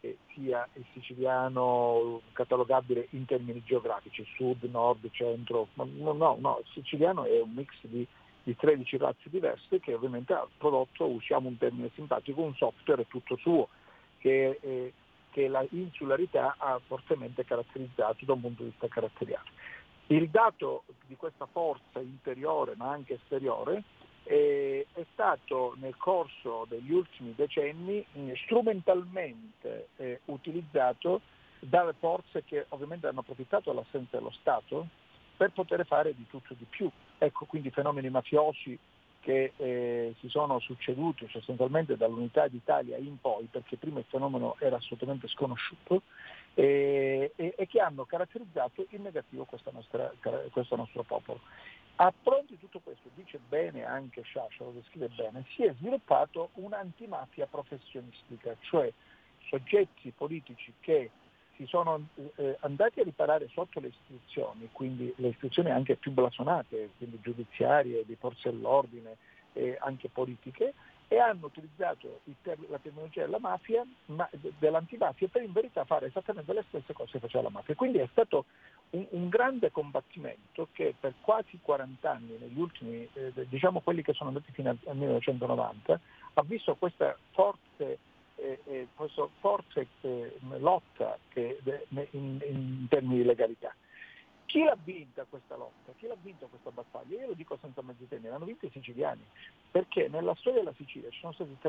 Speaker 13: sia il siciliano catalogabile in termini geografici, sud, nord, centro, no, il siciliano è un mix di 13 razze diverse che ovviamente ha prodotto, usiamo un termine simpatico, un software tutto suo, che la insularità ha fortemente caratterizzato da un punto di vista caratteriale. Il dato di questa forza interiore ma anche esteriore è stato nel corso degli ultimi decenni strumentalmente utilizzato dalle forze che ovviamente hanno approfittato dell'assenza dello Stato per poter fare di tutto e di più. Ecco, quindi fenomeni mafiosi che si sono succeduti sostanzialmente dall'unità d'Italia in poi, perché prima il fenomeno era assolutamente sconosciuto, e che hanno caratterizzato in negativo questo nostro popolo. A fronte di tutto questo, dice bene anche Sciascia, lo descrive bene, si è sviluppato un'antimafia professionistica, cioè soggetti politici che si sono andati a riparare sotto le istituzioni, quindi le istituzioni anche più blasonate, quindi giudiziarie, di forze dell'ordine e anche politiche, e hanno utilizzato la terminologia della mafia, dell'antimafia, per in verità fare esattamente le stesse cose che faceva la mafia. Quindi è stato un grande combattimento che per quasi 40 anni, negli ultimi, diciamo quelli che sono andati fino al 1990, ha visto questa forte lotta in termini di legalità. Chi l'ha vinta questa lotta? Chi l'ha vinta questa battaglia? Io lo dico senza mezzi termini, l'hanno vinta i siciliani, perché nella storia della Sicilia ci sono stati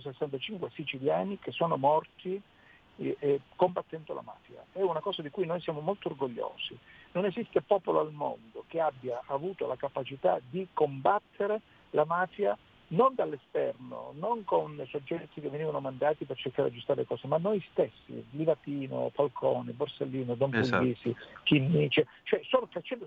Speaker 13: 365 siciliani che sono morti combattendo la mafia. È una cosa di cui noi siamo molto orgogliosi. Non esiste popolo al mondo che abbia avuto la capacità di combattere la mafia non dall'esterno, non con soggetti che venivano mandati per cercare di aggiustare le cose, ma noi stessi, Livatino, Falcone, Borsellino, Don Puglisi, Chinnice, cioè sono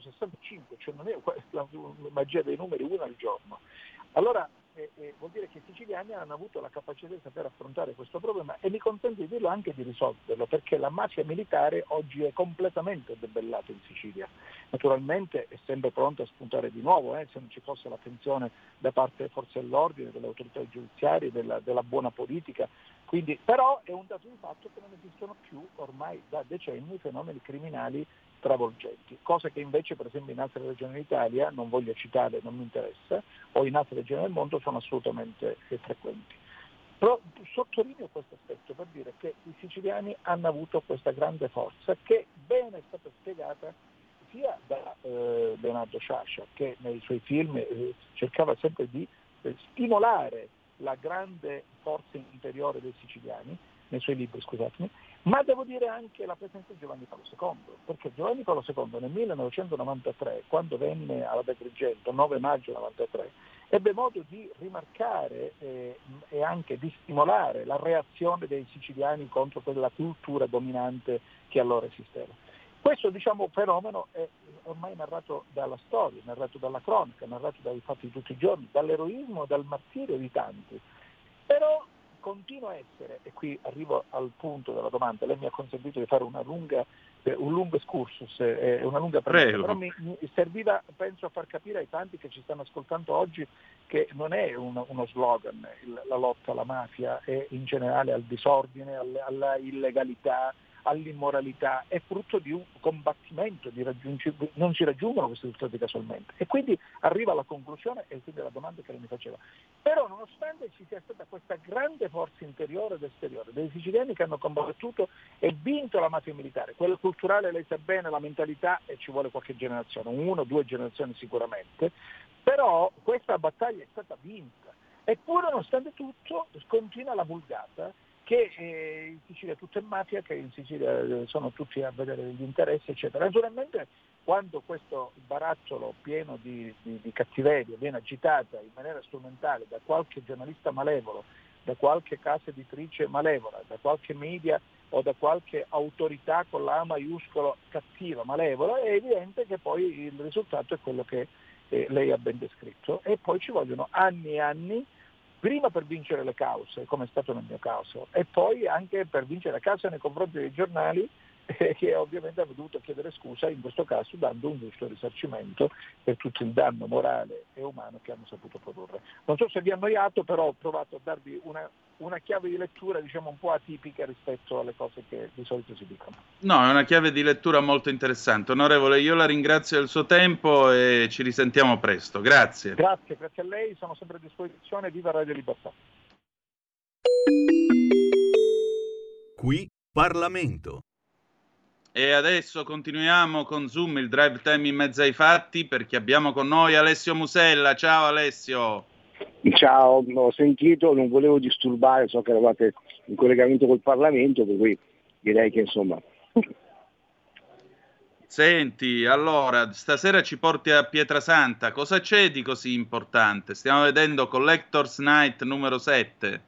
Speaker 13: 365, cioè non è la magia dei numeri, uno al giorno. Allora vuol dire che i siciliani hanno avuto la capacità di saper affrontare questo problema, e mi consente di dirlo anche di risolverlo, perché la mafia militare oggi è completamente debellata in Sicilia. Naturalmente è sempre pronta a spuntare di nuovo, se non ci fosse l'attenzione da parte delle forze dell'ordine, delle autorità giudiziarie, della buona politica. Quindi, però è un dato di fatto che non esistono più ormai da decenni fenomeni criminali travolgenti, cosa che invece per esempio in altre regioni d'Italia, non voglio citare, non mi interessa, o in altre regioni del mondo sono assolutamente frequenti. Però sottolineo questo aspetto per dire che i siciliani hanno avuto questa grande forza che bene è stata spiegata sia da Leonardo Sciascia, che nei suoi film cercava sempre di stimolare la grande forza interiore dei siciliani, nei suoi libri, scusatemi, ma devo dire anche la presenza di Giovanni Paolo II, perché Giovanni Paolo II nel 1993, quando venne alla Agrigento, 9 maggio 1993, ebbe modo di rimarcare e anche di stimolare la reazione dei siciliani contro quella cultura dominante che allora esisteva. Questo fenomeno è ormai narrato dalla storia, narrato dalla cronaca, narrato dai fatti di tutti i giorni, dall'eroismo e dal martirio di tanti. Però continua a essere, e qui arrivo al punto della domanda, lei mi ha consentito di fare un lungo excursus, una lunga premessa, però mi serviva, penso, a far capire ai tanti che ci stanno ascoltando oggi che non è uno slogan la lotta alla mafia e in generale al disordine, alla illegalità, all'immoralità, è frutto di un combattimento, non si raggiungono questi risultati casualmente. E quindi arriva alla conclusione, e quindi alla domanda che lei mi faceva. Però nonostante ci sia stata questa grande forza interiore ed esteriore dei siciliani che hanno combattuto e vinto la mafia militare, quella culturale lei sa bene, la mentalità, e ci vuole qualche generazione, 1 o 2 generazioni sicuramente, però questa battaglia è stata vinta. Eppure nonostante tutto continua la vulgata che in Sicilia tutto è mafia, che in Sicilia sono tutti a vedere gli interessi, eccetera. Naturalmente quando questo barattolo pieno di cattiveria viene agitata in maniera strumentale da qualche giornalista malevolo, da qualche casa editrice malevola, da qualche media o da qualche autorità con la A maiuscolo cattiva, malevola, è evidente che poi il risultato è quello che lei ha ben descritto, e poi ci vogliono anni e anni, prima per vincere le cause, come è stato nel mio caso, e poi anche per vincere la causa nei confronti dei giornali, che ovviamente hanno dovuto chiedere scusa, in questo caso dando un giusto risarcimento per tutto il danno morale e umano che hanno saputo produrre. Non so se vi ha annoiato, però ho provato a darvi una una chiave di lettura diciamo un po' atipica rispetto alle cose che di solito si dicono.
Speaker 3: No, è una chiave di lettura molto interessante. Onorevole, io la ringrazio del suo tempo e ci risentiamo presto. Grazie.
Speaker 13: Grazie a lei, sono sempre a disposizione. Viva Radio Libertà.
Speaker 7: Qui Parlamento.
Speaker 3: E adesso continuiamo con Zoom, il drive time in mezzo ai fatti, perché abbiamo con noi Alessio Musella. Ciao Alessio.
Speaker 14: Ciao, ho sentito, non volevo disturbare, so che eravate in collegamento col Parlamento, per cui direi che insomma...
Speaker 3: Senti, allora, stasera ci porti a Pietrasanta, cosa c'è di così importante? Stiamo vedendo Collectors Night numero 7.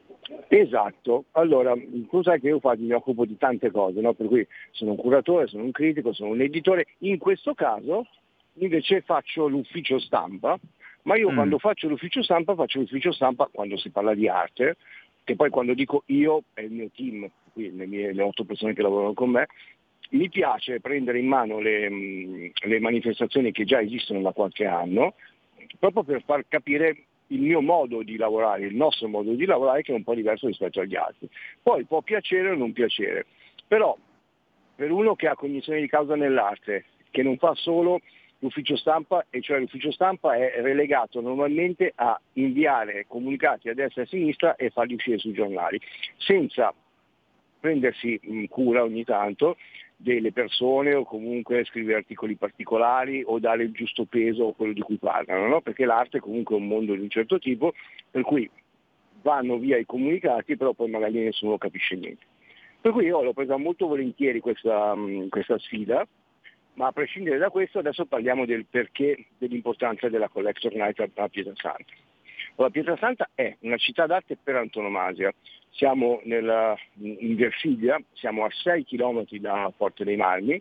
Speaker 14: Esatto, allora, cos'è che io faccio? Mi occupo di tante cose, no? Per cui sono un curatore, sono un critico, sono un editore, in questo caso invece faccio l'ufficio stampa, ma io quando faccio l'ufficio stampa quando si parla di arte, che poi quando dico io è il mio team, quindi le 8 persone che lavorano con me, mi piace prendere in mano le manifestazioni che già esistono da qualche anno, proprio per far capire il mio modo di lavorare, il nostro modo di lavorare, che è un po' diverso rispetto agli altri. Poi può piacere o non piacere, però per uno che ha cognizione di causa nell'arte, che non fa solo l'ufficio stampa, e cioè l'ufficio stampa è relegato normalmente a inviare comunicati a destra e a sinistra e farli uscire sui giornali, senza prendersi cura ogni tanto delle persone o comunque scrivere articoli particolari o dare il giusto peso a quello di cui parlano, no? Perché l'arte comunque è un mondo di un certo tipo, per cui vanno via i comunicati, però poi magari nessuno capisce niente. Per cui io l'ho presa molto volentieri questa sfida, ma a prescindere da questo adesso parliamo del perché dell'importanza della Collector Night a Pietrasanta. Allora, Pietrasanta è una città d'arte per antonomasia. Siamo in Versilia, siamo a 6 km da Forte dei Marmi,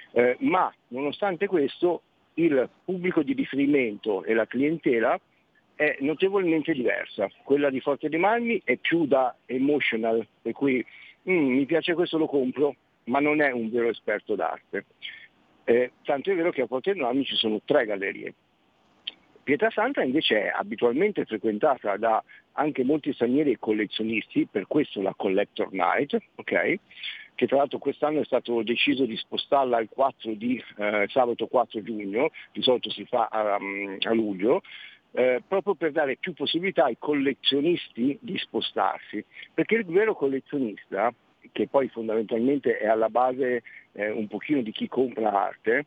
Speaker 14: ma nonostante questo il pubblico di riferimento e la clientela è notevolmente diversa. Quella di Forte dei Marmi è più da emotional, per cui mi piace questo, lo compro, ma non è un vero esperto d'arte. Tanto è vero che a Forte dei Marmi ci sono 3 gallerie. Pietrasanta invece è abitualmente frequentata da anche molti stranieri e collezionisti, per questo la Collector Night, okay? Che tra l'altro quest'anno è stato deciso di spostarla al sabato 4 giugno, di solito si fa a luglio, proprio per dare più possibilità ai collezionisti di spostarsi, perché il vero collezionista, che poi fondamentalmente è alla base un pochino di chi compra arte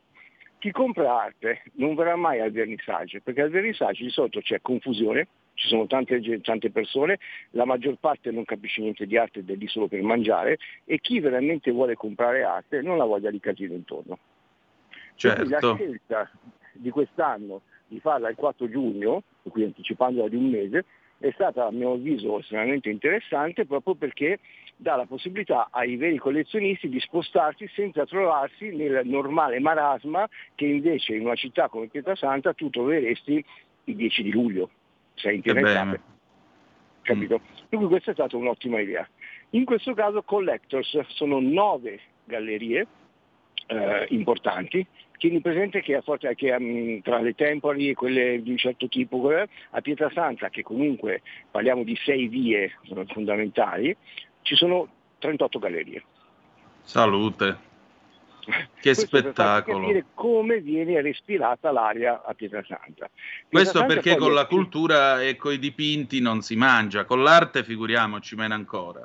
Speaker 14: non verrà mai al vernissage, perché al vernissage di solito c'è confusione, ci sono tante persone, la maggior parte non capisce niente di arte ed è lì solo per mangiare, e chi veramente vuole comprare arte non ha voglia di casino intorno.
Speaker 3: Certo.
Speaker 14: La scelta di quest'anno di farla il 4 giugno, quindi anticipandola di un mese, è stata a mio avviso estremamente interessante, proprio perché dà la possibilità ai veri collezionisti di spostarsi senza trovarsi nel normale marasma che invece in una città come Pietrasanta tu troveresti il 10 di luglio, sei in piena estate. Capito? Quindi questa è stata un'ottima idea. In questo caso Collectors sono 9 gallerie importanti. Tieni presente che tra le temporary e quelle di un certo tipo, a Pietrasanta, che comunque parliamo di 6 vie fondamentali, ci sono 38 gallerie.
Speaker 3: Salute! Che spettacolo!
Speaker 14: Per capire come viene respirata l'aria a Pietrasanta.
Speaker 3: Questo perché con la cultura e coi dipinti non si mangia, con l'arte figuriamoci meno ancora.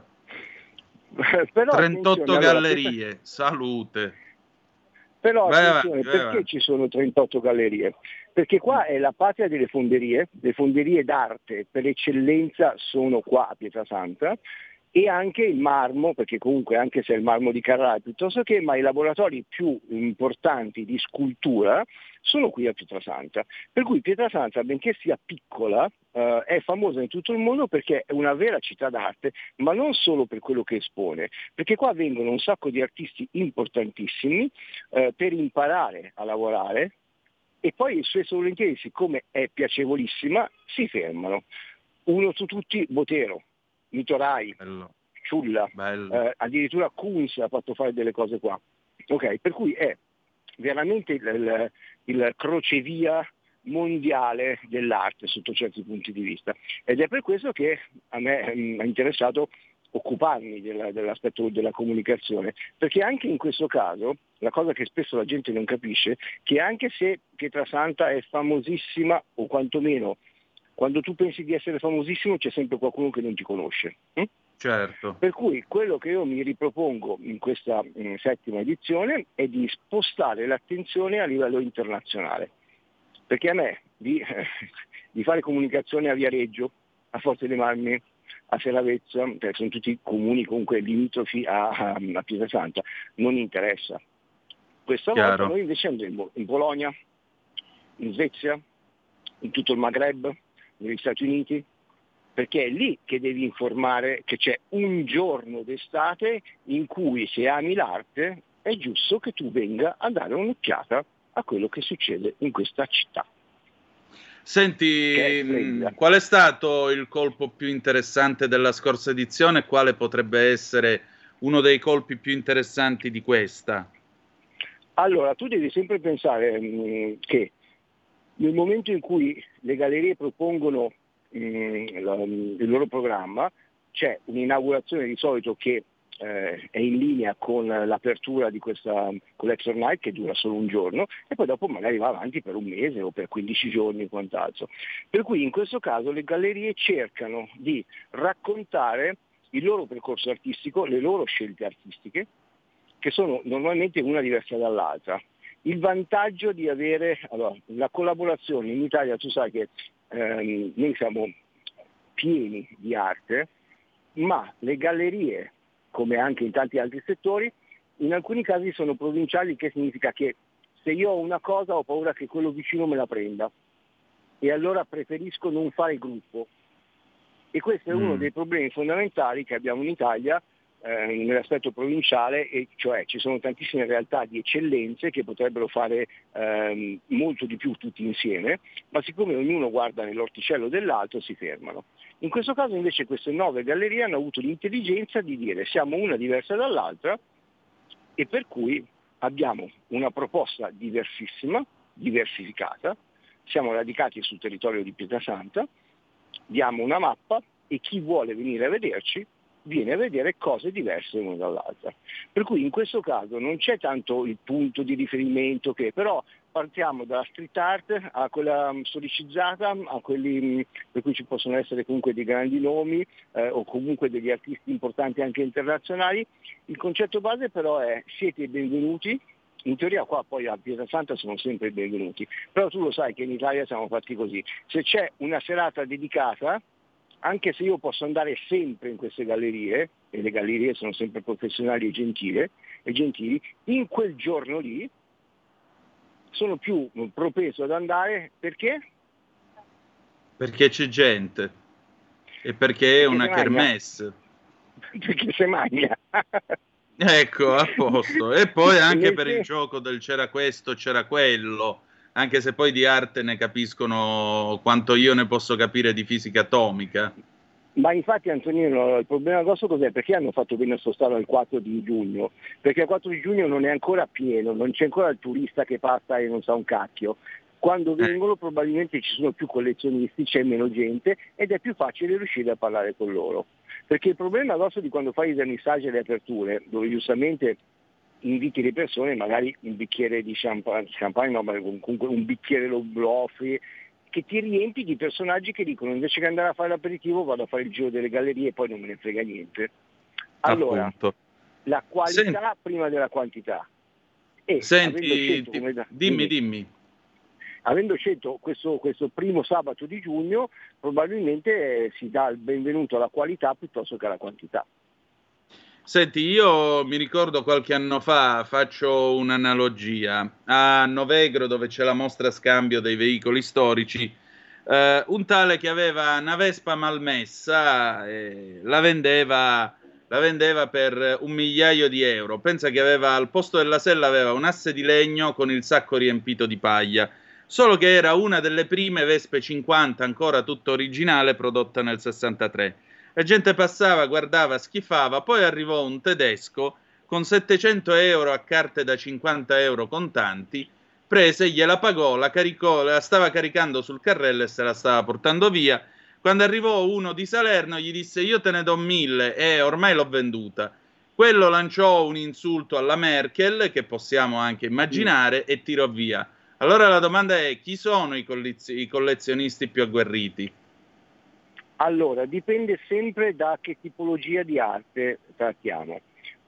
Speaker 14: Però,
Speaker 3: 38 gallerie, salute!
Speaker 14: Però attenzione, perché ci sono 38 gallerie? Perché qua è la patria delle fonderie, le fonderie d'arte per eccellenza sono qua a Pietrasanta, e anche il marmo, perché comunque anche se è il marmo di Carrara piuttosto che, ma i laboratori più importanti di scultura sono qui a Pietrasanta. Per cui Pietrasanta, benché sia piccola, è famosa in tutto il mondo perché è una vera città d'arte, ma non solo per quello che espone, perché qua vengono un sacco di artisti importantissimi per imparare a lavorare, e poi spesso volentieri, siccome è piacevolissima, si fermano. Uno su tutti, Botero, Mitorai, Ciulla, addirittura Kunz ha fatto fare delle cose qua. Ok, per cui è veramente il crocevia mondiale dell'arte sotto certi punti di vista. Ed è per questo che a me è interessato occuparmi dell'aspetto della comunicazione, perché anche in questo caso la cosa che spesso la gente non capisce, che anche se Pietrasanta è famosissima, o quantomeno quando tu pensi di essere famosissimo c'è sempre qualcuno che non ti conosce.
Speaker 3: Certo.
Speaker 14: Per cui quello che io mi ripropongo in questa settima edizione è di spostare l'attenzione a livello internazionale, perché a me di fare comunicazione a Viareggio, a Forte dei Marmi, a Seravezza, perché sono tutti comuni comunque limitrofi a Pietrasanta, non interessa. Questa volta noi invece andremo in Polonia, in Svezia, in tutto il Maghreb, negli Stati Uniti, perché è lì che devi informare che c'è un giorno d'estate in cui, se ami l'arte, è giusto che tu venga a dare un'occhiata a quello che succede in questa città.
Speaker 3: Senti, qual è stato il colpo più interessante della scorsa edizione e quale potrebbe essere uno dei colpi più interessanti di questa?
Speaker 14: Allora, tu devi sempre pensare che nel momento in cui le gallerie propongono il loro programma, c'è un'inaugurazione di solito che è in linea con l'apertura di questa Collection Night, che dura solo un giorno, e poi dopo magari va avanti per un mese o per 15 giorni e quant'altro. Per cui in questo caso le gallerie cercano di raccontare il loro percorso artistico, le loro scelte artistiche, che sono normalmente una diversa dall'altra. Il vantaggio di avere la collaborazione in Italia, tu sai che noi siamo pieni di arte, ma le gallerie, come anche in tanti altri settori, in alcuni casi sono provinciali, che significa che se io ho una cosa ho paura che quello vicino me la prenda e allora preferisco non fare gruppo. E questo è uno dei problemi fondamentali che abbiamo in Italia nell'aspetto provinciale, e cioè ci sono tantissime realtà di eccellenze che potrebbero fare molto di più tutti insieme, ma siccome ognuno guarda nell'orticello dell'altro si fermano. In questo caso invece queste 9 gallerie hanno avuto l'intelligenza di dire siamo una diversa dall'altra, e per cui abbiamo una proposta diversissima, diversificata, siamo radicati sul territorio di Pietrasanta, diamo una mappa e chi vuole venire a vederci viene a vedere cose diverse l'una dall'altra. Per cui in questo caso non c'è tanto il punto di riferimento, che però partiamo dalla street art a quella storicizzata, a quelli per cui ci possono essere comunque dei grandi nomi o comunque degli artisti importanti anche internazionali. Il concetto base però è: siete benvenuti. In teoria qua poi a Pietrasanta sono sempre benvenuti, però tu lo sai che in Italia siamo fatti così. Se c'è una serata dedicata, anche se io posso andare sempre in queste gallerie, e le gallerie sono sempre professionali e gentili, in quel giorno lì sono più propenso ad andare. Perché?
Speaker 3: Perché c'è gente e perché è una kermesse.
Speaker 14: Perché se magna.
Speaker 3: Ecco, a posto. E poi anche per il gioco del c'era questo, c'era quello, anche se poi di arte ne capiscono quanto io ne posso capire di fisica atomica.
Speaker 14: Ma infatti, Antonino, il problema grosso cos'è? Perché hanno fatto bene a spostarlo al 4 di giugno? Perché il 4 di giugno non è ancora pieno, non c'è ancora il turista che passa e non sa un cacchio. Quando vengono probabilmente ci sono più collezionisti, c'è meno gente ed è più facile riuscire a parlare con loro. Perché il problema grosso di quando fai i vernissaggi e le aperture, dove giustamente inviti le persone, magari un bicchiere di champagne no, ma comunque un bicchiere lo offri, che ti riempi di personaggi che dicono invece che andare a fare l'aperitivo vado a fare il giro delle gallerie e poi non me ne frega niente. Allora, la qualità prima della quantità. E
Speaker 3: senti, dimmi.
Speaker 14: Avendo scelto questo primo sabato di giugno, probabilmente si dà il benvenuto alla qualità piuttosto che alla quantità.
Speaker 3: Senti, io mi ricordo qualche anno fa, faccio un'analogia, a Novegro, dove c'è la mostra scambio dei veicoli storici, un tale che aveva una Vespa malmessa, la vendeva per €1.000.000. Pensa che aveva, al posto della sella aveva un asse di legno con il sacco riempito di paglia, solo che era una delle prime Vespe 50, ancora tutto originale, prodotta nel 63. La gente passava, guardava, schifava, poi arrivò un tedesco con €700 a carte da €50 contanti, prese, gliela pagò, la caricò, la stava caricando sul carrello e se la stava portando via. Quando arrivò uno di Salerno gli disse: io te ne do 1.000 e ormai l'ho venduta. Quello lanciò un insulto alla Merkel, che possiamo anche immaginare, e tirò via. Allora la domanda è: chi sono i collezionisti più agguerriti?
Speaker 14: Allora, dipende sempre da che tipologia di arte trattiamo.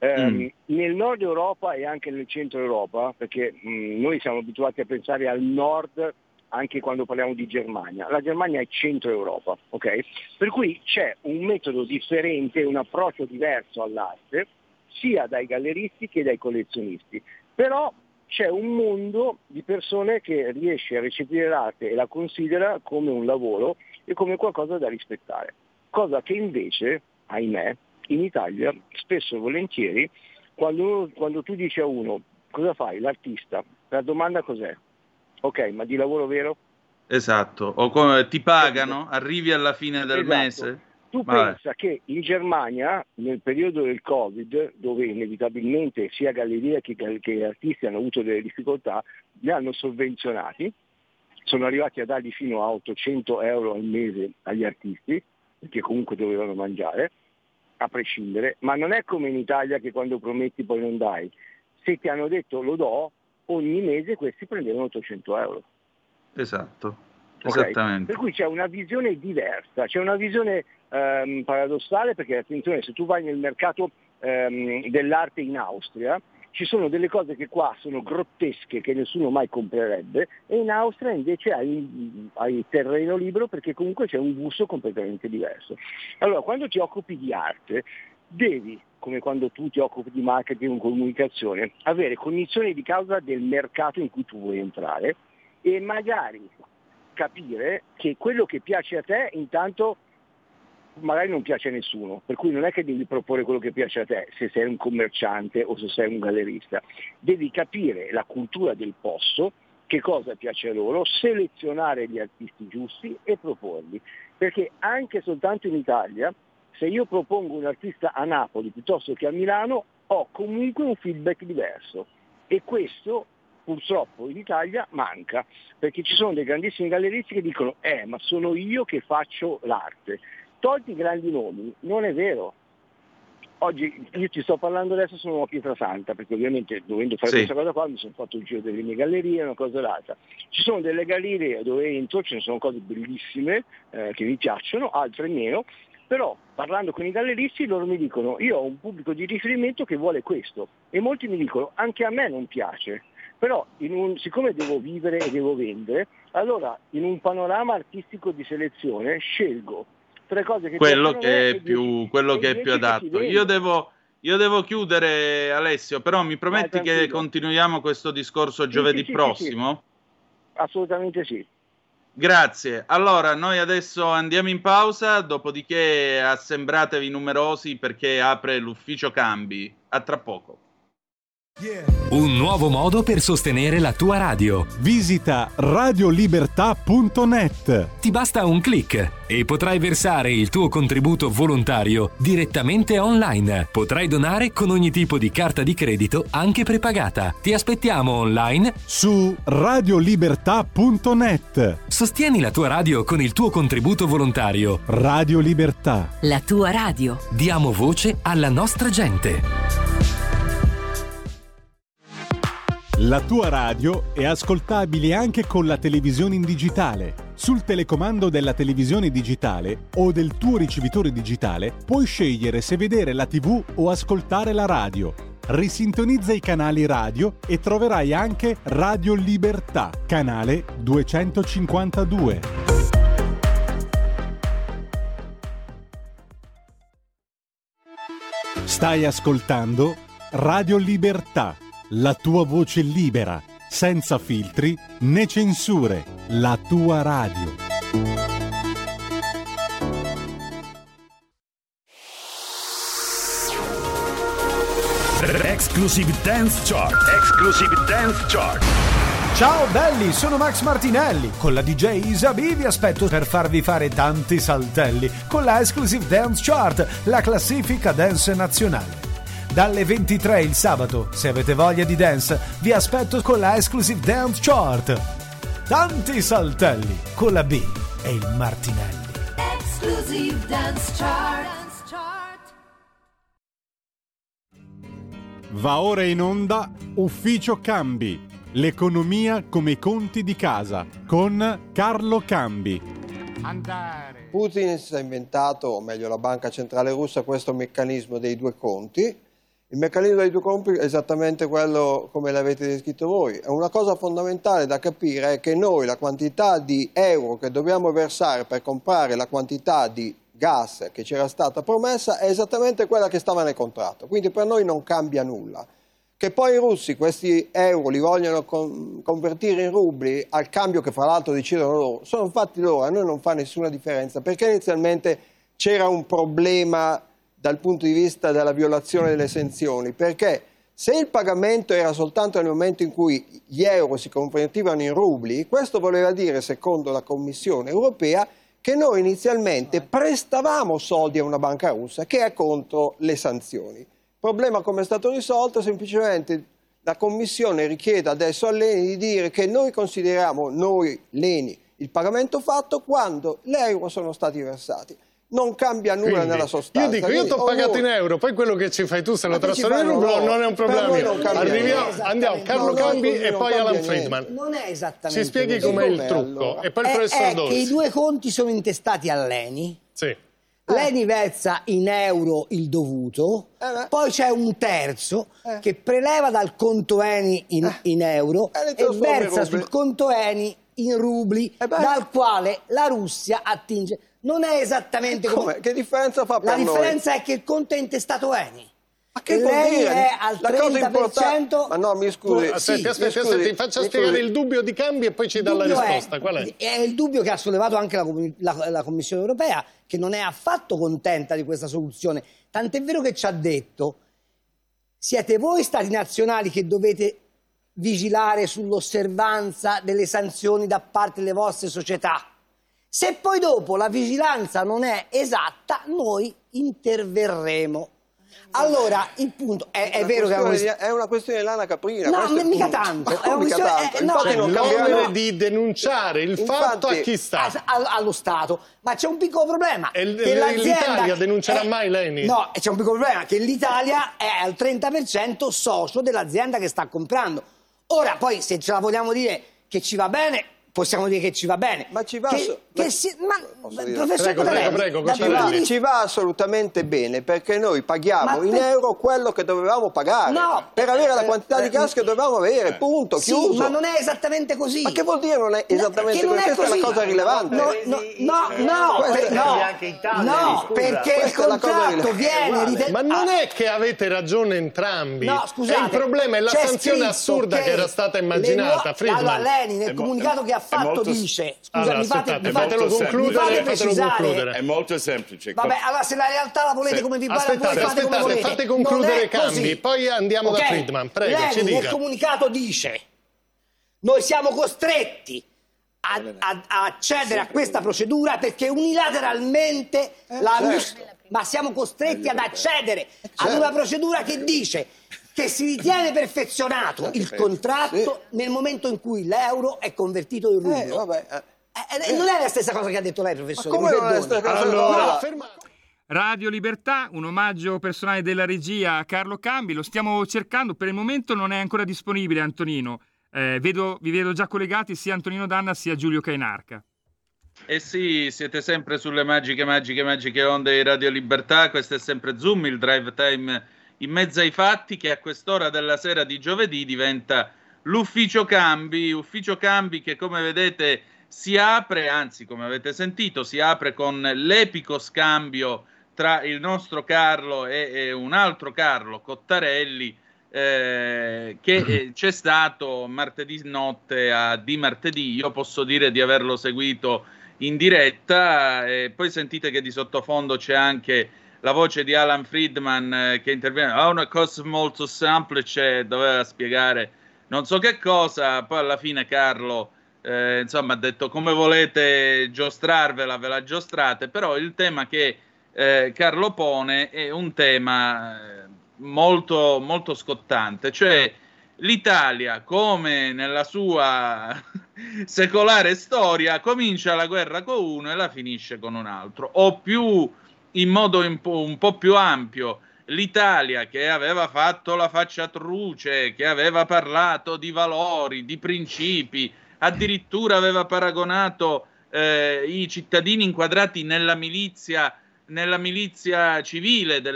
Speaker 14: Nel nord Europa e anche nel centro Europa, perché noi siamo abituati a pensare al nord anche quando parliamo di Germania. La Germania è centro Europa, ok? Per cui c'è un metodo differente, un approccio diverso all'arte, sia dai galleristi che dai collezionisti. Però c'è un mondo di persone che riesce a recepire l'arte e la considera come un lavoro e come qualcosa da rispettare. Cosa che invece, ahimè, in Italia spesso e volentieri, quando tu dici a uno cosa fai, l'artista, la domanda cos'è? Ok, ma di lavoro vero?
Speaker 3: Esatto, o come ti pagano, arrivi alla fine del mese?
Speaker 14: Tu pensa che in Germania, nel periodo del Covid, dove inevitabilmente sia gallerie che artisti hanno avuto delle difficoltà, li hanno sovvenzionati, sono arrivati a dargli fino a 800 euro al mese agli artisti, perché comunque dovevano mangiare, a prescindere, ma non è come in Italia che quando prometti poi non dai. Se ti hanno detto lo do, ogni mese questi prendevano 800 euro.
Speaker 3: Esatto,
Speaker 14: okay?
Speaker 3: Esattamente.
Speaker 14: Per cui c'è una visione diversa, c'è una visione paradossale, perché attenzione, se tu vai nel mercato dell'arte in Austria, ci sono delle cose che qua sono grottesche, che nessuno mai comprerebbe, e in Austria invece hai terreno libero, perché comunque c'è un gusto completamente diverso. Allora, quando ti occupi di arte, devi, come quando tu ti occupi di marketing o comunicazione, avere cognizione di causa del mercato in cui tu vuoi entrare e magari capire che quello che piace a te intanto magari non piace a nessuno, per cui non è che devi proporre quello che piace a te se sei un commerciante o se sei un gallerista, devi capire la cultura del posto, che cosa piace a loro, selezionare gli artisti giusti e proporli, perché anche soltanto in Italia, se io propongo un artista a Napoli piuttosto che a Milano, ho comunque un feedback diverso, e questo purtroppo in Italia manca, perché ci sono dei grandissimi galleristi che dicono ma sono io che faccio l'arte. Tolti i grandi nomi, non è vero. Oggi io ti sto parlando adesso, sono a Pietrasanta, perché ovviamente dovendo fare questa cosa qua mi sono fatto il giro delle mie gallerie, una cosa o l'altra. Ci sono delle gallerie dove entro, ce ne sono cose bellissime che mi piacciono, altre meno, però parlando con i galleristi loro mi dicono: io ho un pubblico di riferimento che vuole questo, e molti mi dicono anche a me non piace, però siccome devo vivere e devo vendere, allora in un panorama artistico di selezione scelgo tre cose che
Speaker 3: quello che è più adatto. Io devo chiudere, Alessio, però mi prometti che continuiamo questo discorso giovedì prossimo?
Speaker 14: Sì. Assolutamente sì.
Speaker 3: Grazie. Allora, noi adesso andiamo in pausa, dopodiché assembratevi numerosi perché apre l'ufficio cambi. A tra poco.
Speaker 15: Un nuovo modo per sostenere la tua radio.
Speaker 1: Visita radiolibertà.net.
Speaker 15: Ti basta un click e potrai versare il tuo contributo volontario direttamente online. Potrai donare con ogni tipo di carta di credito, anche prepagata. Ti aspettiamo online
Speaker 1: su radiolibertà.net.
Speaker 15: Sostieni la tua radio con il tuo contributo volontario.
Speaker 1: Radio Libertà.
Speaker 10: La tua radio.
Speaker 15: Diamo voce alla nostra gente.
Speaker 1: La tua radio è ascoltabile anche con la televisione in digitale. Sul telecomando della televisione digitale o del tuo ricevitore digitale puoi scegliere se vedere la TV o ascoltare la radio. Risintonizza i canali radio e troverai anche Radio Libertà, canale 252. Stai ascoltando Radio Libertà. La tua voce libera, senza filtri né censure, la tua radio.
Speaker 16: Exclusive Dance Chart. Exclusive Dance Chart.
Speaker 17: Ciao belli, sono Max Martinelli. Con la DJ Isabi vi aspetto per farvi fare tanti saltelli con la Exclusive Dance Chart, la classifica dance nazionale. Dalle 23 il sabato, se avete voglia di dance, vi aspetto con la Exclusive Dance Chart. Tanti saltelli con la B e il Martinelli.
Speaker 4: Exclusive Dance Chart.
Speaker 1: Va ora in onda Ufficio Cambi, l'economia come i conti di casa, con Carlo Cambi.
Speaker 18: Putin si è inventato, o meglio la banca centrale russa, questo meccanismo dei due conti. Il meccanismo dei due conti è esattamente quello come l'avete descritto voi. È una cosa fondamentale da capire è che noi la quantità di euro che dobbiamo versare per comprare la quantità di gas che c'era stata promessa è esattamente quella che stava nel contratto, quindi per noi non cambia nulla. Che poi i russi questi euro li vogliono convertire in rubli al cambio che fra l'altro decidono loro, sono fatti loro, a noi non fa nessuna differenza, perché inizialmente c'era un problema dal punto di vista della violazione delle sanzioni, perché se il pagamento era soltanto nel momento in cui gli euro si convertivano in rubli, questo voleva dire, secondo la Commissione europea, che noi inizialmente prestavamo soldi a una banca russa che è contro le sanzioni. Il problema come è stato risolto? Semplicemente la Commissione richiede adesso a Leni di dire che noi consideriamo, noi Leni, il pagamento fatto quando gli euro sono stati versati. Non cambia nulla nella sostanza.
Speaker 19: Io dico, io ti ho pagato in euro, poi quello che ci fai tu se lo trasformi in rublo non è un problema mio. Andiamo, Carlo Cambi e poi Alan Friedman.
Speaker 20: Non è esattamente
Speaker 19: ci spieghi com'è il trucco. E poi il professor Dolci.
Speaker 20: Che i due conti sono intestati a Leni.
Speaker 19: Sì.
Speaker 20: Leni versa in euro il dovuto, poi c'è un terzo che preleva dal conto Eni in euro e versa sul conto Eni in rubli, dal quale la Russia attinge. Non è esattamente come...
Speaker 18: Che differenza fa per
Speaker 20: La
Speaker 18: noi?
Speaker 20: differenza è che il conto è intestato Eni.
Speaker 18: Ma che vuol
Speaker 20: Lei
Speaker 18: dire?
Speaker 20: è al 30%.
Speaker 18: Ma no, mi scusi.
Speaker 19: Aspetti, ti faccio spiegare il dubbio di cambi e poi ci dà la risposta. Qual è?
Speaker 20: È il dubbio che ha sollevato anche la Commissione europea, che non è affatto contenta di questa soluzione. Tant'è vero che ci ha detto: siete voi stati nazionali che dovete vigilare sull'osservanza delle sanzioni da parte delle vostre società. Se poi dopo la vigilanza non è esatta, noi interverremo. Allora, il punto è vero che
Speaker 18: è una questione di lana caprina.
Speaker 20: No, mica tanto. È una
Speaker 18: questione
Speaker 19: l'onere di denunciare il fatto a chi sta?
Speaker 20: Allo Stato. Ma c'è un piccolo problema.
Speaker 19: E l'Italia denuncerà mai Leni?
Speaker 20: No, c'è un piccolo problema, che l'Italia è al 30% socio dell'azienda che sta comprando. Ora, poi, se ce la vogliamo dire che ci va bene, possiamo dire che ci va bene.
Speaker 18: Ma ci va...
Speaker 20: Professor
Speaker 18: ci va assolutamente bene, perché noi paghiamo in euro quello che dovevamo pagare per avere la quantità di gas che dovevamo avere, punto, chiuso.
Speaker 20: Sì, ma non è esattamente così.
Speaker 18: Ma che vuol dire non è esattamente così? Questa è la cosa rilevante.
Speaker 20: No, perché il contratto viene...
Speaker 19: Ma non è che avete ragione entrambi.
Speaker 20: No, scusate.
Speaker 19: Il problema è la sanzione assurda che era stata immaginata.
Speaker 20: Allora, Leni nel comunicato che ha fatto dice...
Speaker 19: Scusa, fatelo concludere.
Speaker 21: È molto semplice.
Speaker 20: Vabbè, allora se la realtà la volete come vi pare,
Speaker 19: fate concludere Cambi, poi andiamo da Friedman. Prego,
Speaker 20: Leni
Speaker 19: ci dica.
Speaker 20: nel comunicato dice: noi siamo costretti a accedere a questa procedura perché unilateralmente la Russia... Ma siamo costretti ad accedere ad una procedura che dice che si ritiene perfezionato il contratto nel momento in cui l'euro è convertito in rublo. Non è la stessa cosa che ha detto lei, professore.
Speaker 18: Ma come non è la stessa cosa?
Speaker 2: Radio Libertà, un omaggio personale della regia a Carlo Cambi, lo stiamo cercando, per il momento non è ancora disponibile Antonino, vi vedo già collegati sia Antonino Danna sia Giulio Cainarca.
Speaker 3: Eh sì, siete sempre sulle magiche onde di Radio Libertà, questo è sempre Zoom, il drive time in mezzo ai fatti, che a quest'ora della sera di giovedì diventa l'ufficio cambi che come vedete si apre, anzi come avete sentito, si apre con l'epico scambio tra il nostro Carlo e un altro Carlo Cottarelli che c'è stato martedì notte di martedì. Io posso dire di averlo seguito in diretta, e poi sentite che di sottofondo c'è anche la voce di Alan Friedman che interviene. Una cosa molto semplice, doveva spiegare non so che cosa, poi alla fine Carlo insomma ha detto: come volete giostrarvela, ve la giostrate. Però il tema che Carlo pone è un tema molto, molto scottante, cioè l'Italia, come nella sua secolare storia, comincia la guerra con uno e la finisce con un altro, o più in modo un po' più ampio, l'Italia che aveva fatto la faccia truce, che aveva parlato di valori, di principi, addirittura aveva paragonato i cittadini inquadrati nella milizia civile,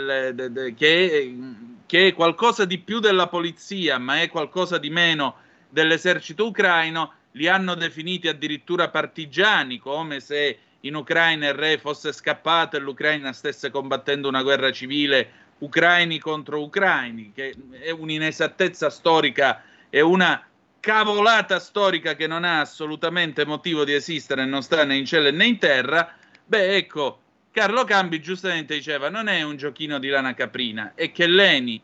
Speaker 3: che è qualcosa di più della polizia, ma è qualcosa di meno dell'esercito ucraino, li hanno definiti addirittura partigiani, come se in Ucraina il re fosse scappato e l'Ucraina stesse combattendo una guerra civile, ucraini contro ucraini, che è un'inesattezza storica e una cavolata storica che non ha assolutamente motivo di esistere, non sta né in cielo né in terra. Beh, ecco, Carlo Cambi giustamente diceva non è un giochino di lana caprina, è che l'ENI,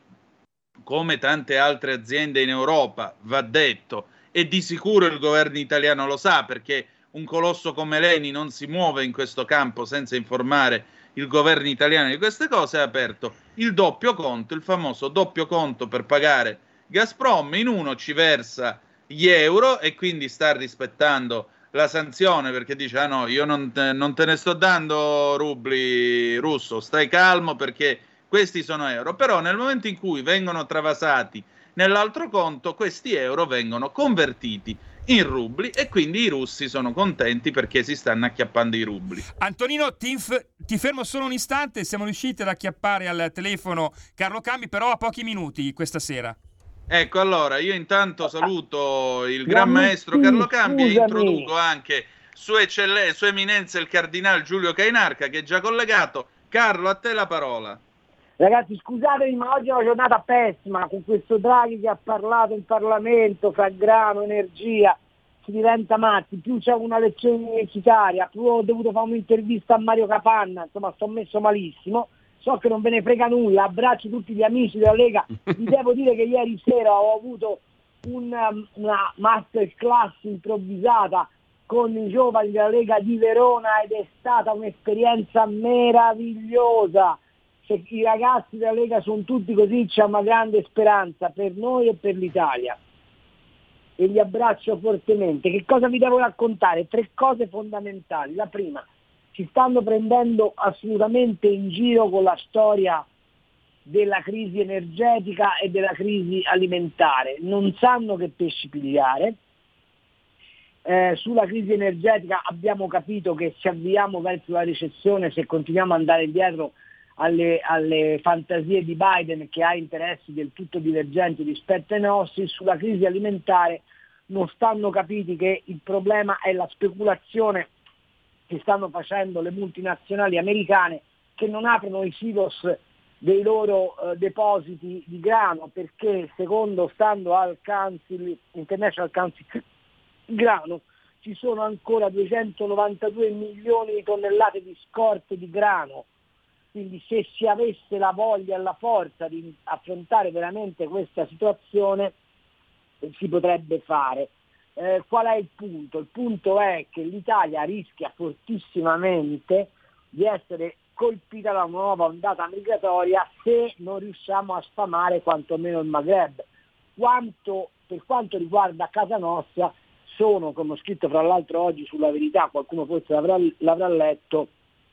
Speaker 3: come tante altre aziende in Europa, va detto, e di sicuro il governo italiano lo sa, perché un colosso come l'ENI non si muove in questo campo senza informare il governo italiano di queste cose, ha aperto il doppio conto, il famoso doppio conto per pagare Gazprom. In uno ci versa gli euro e quindi sta rispettando la sanzione, perché dice no, io non te ne sto dando rubli, russo, stai calmo perché questi sono euro. Però nel momento in cui vengono travasati nell'altro conto, questi euro vengono convertiti in rubli e quindi i russi sono contenti perché si stanno acchiappando i rubli.
Speaker 2: Antonino, ti fermo solo un istante, siamo riusciti ad acchiappare al telefono Carlo Cambi, però a pochi minuti questa sera.
Speaker 3: Ecco, allora io intanto saluto il gran maestro Carlo Cambi e introduco anche Sua Eminenza il Cardinale Giulio Cainarca, che è già collegato. Carlo, a te la parola.
Speaker 21: Ragazzi, scusatemi, ma oggi è una giornata pessima, con questo Draghi che ha parlato in Parlamento, fra grano, energia, si diventa matti, più c'è una lezione universitaria, più ho dovuto fare un'intervista a Mario Capanna, insomma sto messo malissimo, so che non ve ne frega nulla, abbraccio tutti gli amici della Lega, vi devo dire che ieri sera ho avuto una masterclass improvvisata con i giovani della Lega di Verona ed è stata un'esperienza meravigliosa. Se i ragazzi della Lega sono tutti così, c'è una grande speranza per noi e per l'Italia. E li abbraccio fortemente. Che cosa vi devo raccontare? 3 cose fondamentali. La prima, ci stanno prendendo assolutamente in giro con la storia della crisi energetica e della crisi alimentare. Non sanno che pesci pigliare. Sulla crisi energetica abbiamo capito che ci avviamo verso la recessione se continuiamo ad andare dietro alle fantasie di Biden, che ha interessi del tutto divergenti rispetto ai nostri. Sulla crisi alimentare non stanno capiti che il problema è la speculazione che stanno facendo le multinazionali americane, che non aprono i silos dei loro depositi di grano, perché stando al International Council Grano ci sono ancora 292 milioni di tonnellate di scorte di grano. Quindi se si avesse la voglia e la forza di affrontare veramente questa situazione si potrebbe fare. Qual è il punto? Il punto è che l'Italia rischia fortissimamente di essere colpita da una nuova ondata migratoria se non riusciamo a sfamare quantomeno il Maghreb. Per quanto riguarda casa nostra, sono, come ho scritto fra l'altro oggi sulla Verità, qualcuno forse l'avrà letto,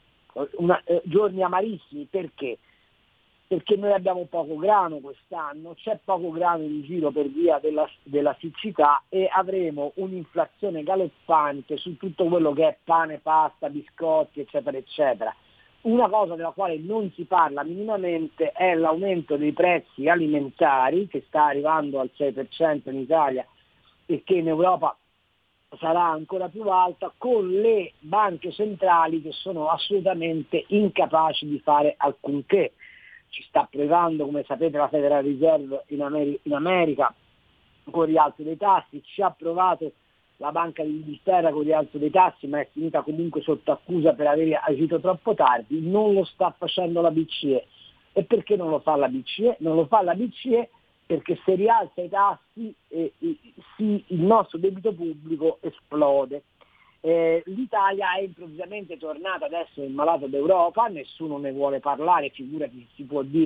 Speaker 21: giorni amarissimi. Perché? Perché noi abbiamo poco grano quest'anno, c'è poco grano in giro per via della siccità e avremo un'inflazione galoppante su tutto quello che è pane, pasta, biscotti, eccetera, eccetera. Una cosa della quale non si parla minimamente è l'aumento dei prezzi alimentari, che sta arrivando al 6% in Italia e che in Europa sarà ancora più alta, con le banche centrali che sono assolutamente incapaci di fare alcunché. Ci sta provando, come sapete, la Federal Reserve in America con il rialzo dei tassi, ci ha provato la Banca d'Inghilterra con il rialzo dei tassi, ma è finita comunque sotto accusa per aver agito troppo tardi. Non lo sta facendo la BCE. E perché non lo fa la BCE? Non lo fa la BCE perché se rialza i tassi il nostro debito pubblico esplode. L'Italia è improvvisamente tornata ad essere il malato d'Europa, nessuno ne vuole parlare, figurati si può dire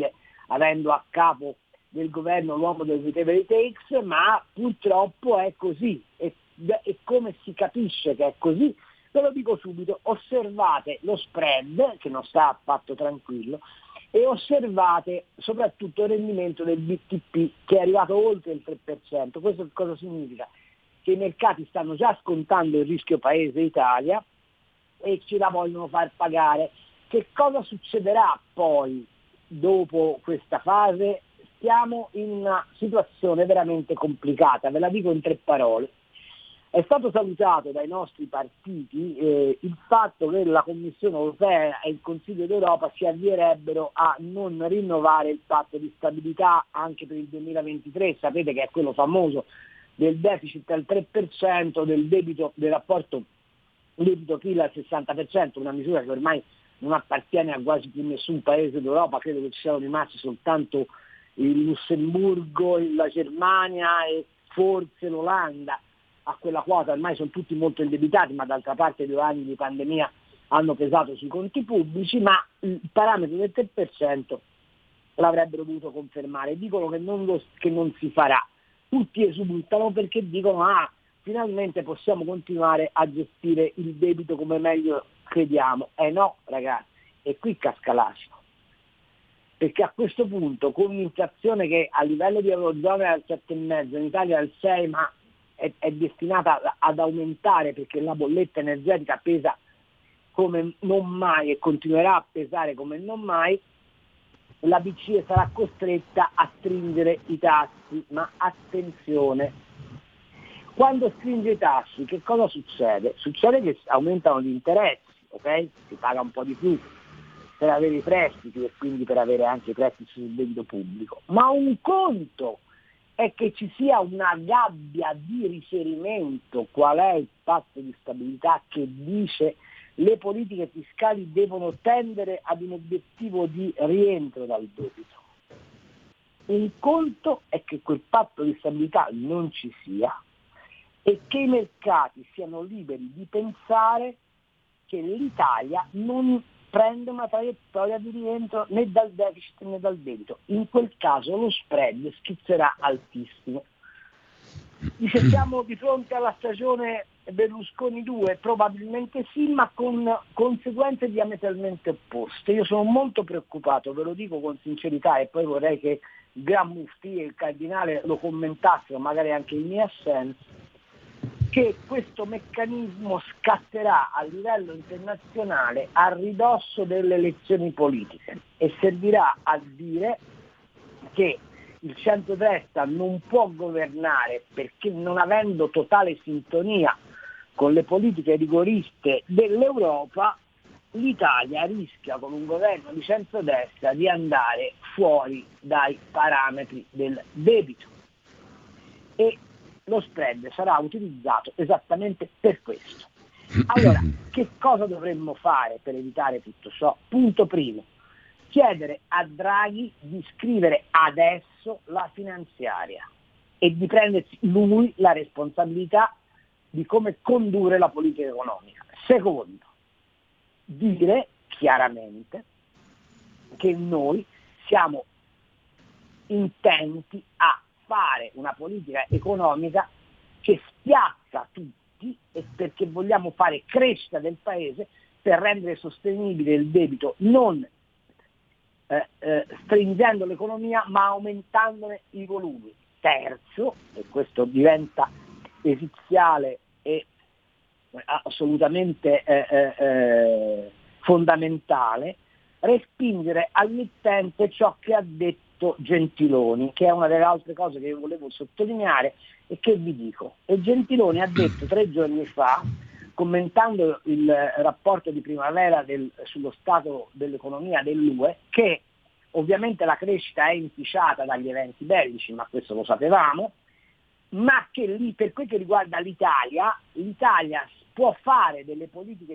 Speaker 21: avendo a capo del governo l'uomo del whatever it takes, ma purtroppo è così. E come si capisce che è così? Ve lo dico subito: osservate lo spread, che non sta affatto tranquillo, e osservate soprattutto il rendimento del BTP, che è arrivato oltre il 3%. Questo cosa significa? Che i mercati stanno già scontando il rischio paese Italia e ce la vogliono far pagare. Che cosa succederà poi dopo questa fase? Siamo in una situazione veramente complicata, ve la dico in 3 parole. È stato salutato dai nostri partiti il fatto che la Commissione europea e il Consiglio d'Europa si avvierebbero a non rinnovare il patto di stabilità anche per il 2023. Sapete che è quello famoso del deficit al 3%, del debito, del rapporto debito-PIL al 60%, una misura che ormai non appartiene a quasi più nessun paese d'Europa. Credo che ci siano rimasti soltanto il Lussemburgo, la Germania e forse l'Olanda a quella quota. Ormai sono tutti molto indebitati, ma d'altra parte 2 anni di pandemia hanno pesato sui conti pubblici, ma il parametro del 3% l'avrebbero dovuto confermare. Dicono che non si farà. Tutti esultano perché dicono finalmente possiamo continuare a gestire il debito come meglio crediamo. No ragazzi, e qui casca l'asino, perché a questo punto con un'inflazione che a livello di Eurozona è al 7,5, in Italia è al 6, ma è destinata ad aumentare perché la bolletta energetica pesa come non mai e continuerà a pesare come non mai, la BCE sarà costretta a stringere i tassi. Ma attenzione, quando stringe i tassi che cosa succede? Succede che aumentano gli interessi, ok? Si paga un po' di più per avere i prestiti e quindi per avere anche i prestiti sul debito pubblico, ma un conto è che ci sia una gabbia di riferimento, qual è il patto di stabilità, che dice le politiche fiscali devono tendere ad un obiettivo di rientro dal debito. Un conto è che quel patto di stabilità non ci sia e che i mercati siano liberi di pensare che l'Italia non prende una traiettoria di rientro né dal deficit né dal debito. In quel caso lo spread schizzerà altissimo. Dice siamo di fronte alla stagione Berlusconi 2? Probabilmente sì, ma con conseguenze diametralmente opposte. Io sono molto preoccupato, ve lo dico con sincerità, e poi vorrei che il Gran Muftì e il Cardinale lo commentassero, magari anche in mia assenza, che questo meccanismo scatterà a livello internazionale a ridosso delle elezioni politiche e servirà a dire che il centrodestra non può governare perché, non avendo totale sintonia con le politiche rigoriste dell'Europa, l'Italia rischia con un governo di centrodestra di andare fuori dai parametri del debito e lo spread sarà utilizzato esattamente per questo. Allora, che cosa dovremmo fare per evitare tutto ciò? Punto primo: chiedere a Draghi di scrivere adesso la finanziaria e di prendersi lui la responsabilità di come condurre la politica economica. Secondo, dire chiaramente che noi siamo intenti a fare una politica economica che spiazza tutti e perché vogliamo fare crescita del paese per rendere sostenibile il debito, non stringendo l'economia ma aumentandone i volumi. Terzo, e questo diventa esiziale e assolutamente fondamentale, respingere al mittente ciò che ha detto Gentiloni, che è una delle altre cose che io volevo sottolineare e che vi dico. E Gentiloni ha detto 3 giorni fa, commentando il rapporto di primavera sullo stato dell'economia dell'UE, che ovviamente la crescita è inficiata dagli eventi bellici, ma questo lo sapevamo, ma che lì, per quel che riguarda l'Italia può fare delle politiche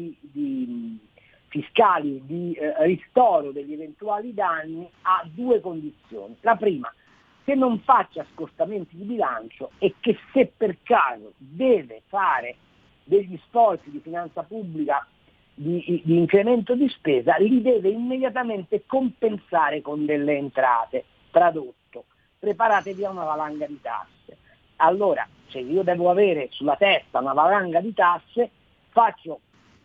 Speaker 21: fiscali di ristoro degli eventuali danni a 2 condizioni. La prima, che non faccia scostamenti di bilancio e che se per caso deve fare degli sforzi di finanza pubblica di incremento di spesa li deve immediatamente compensare con delle entrate. Tradotto, preparatevi a una valanga di tasse. Allora, se io devo avere sulla testa una valanga di tasse, faccio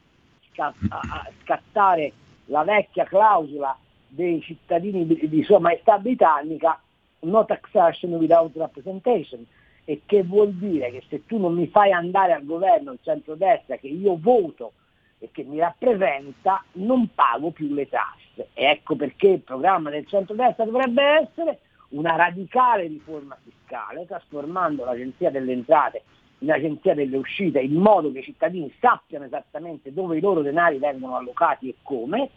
Speaker 21: scattare la vecchia clausola dei cittadini di Sua Maestà Britannica, no taxation without representation, e che vuol dire che se tu non mi fai andare al governo il centrodestra che io voto e che mi rappresenta, non pago più le tasse. E ecco perché il programma del centrodestra dovrebbe essere una radicale riforma fiscale, trasformando l'Agenzia delle Entrate in Agenzia delle Uscite, in modo che i cittadini sappiano esattamente dove i loro denari vengono allocati e come,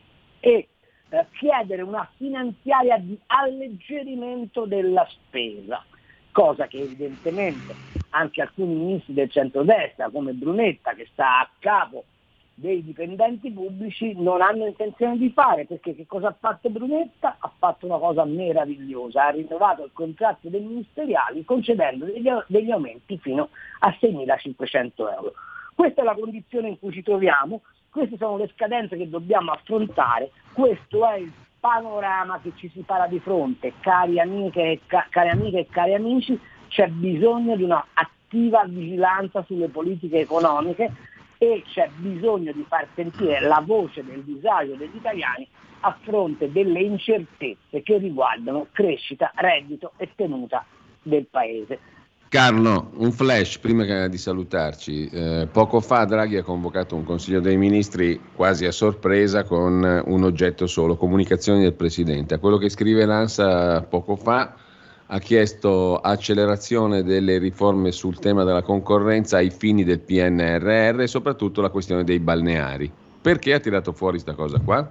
Speaker 21: e chiedere una finanziaria di alleggerimento della spesa, cosa che evidentemente anche alcuni ministri del centrodestra, come Brunetta, che sta a capo dei dipendenti pubblici, non hanno intenzione di fare, perché che cosa ha fatto Brunetta? Ha fatto una cosa meravigliosa, ha rinnovato il contratto dei ministeriali concedendo degli aumenti fino a 6.500 euro. Questa è la condizione in cui ci troviamo, queste sono le scadenze che dobbiamo affrontare, questo è il panorama che ci si para di fronte. Cari amiche e cari amici, c'è bisogno di una attiva vigilanza sulle politiche economiche e c'è bisogno di far sentire la voce del disagio degli italiani a fronte delle incertezze che riguardano crescita, reddito e tenuta del Paese.
Speaker 5: Carlo, un flash prima di salutarci. Poco fa Draghi ha convocato un Consiglio dei Ministri quasi a sorpresa con un oggetto solo, comunicazioni del Presidente. A quello che scrive l'ANSA poco fa ha chiesto accelerazione delle riforme sul tema della concorrenza ai fini del PNRR e soprattutto la questione dei balneari. Perché ha tirato fuori sta cosa qua?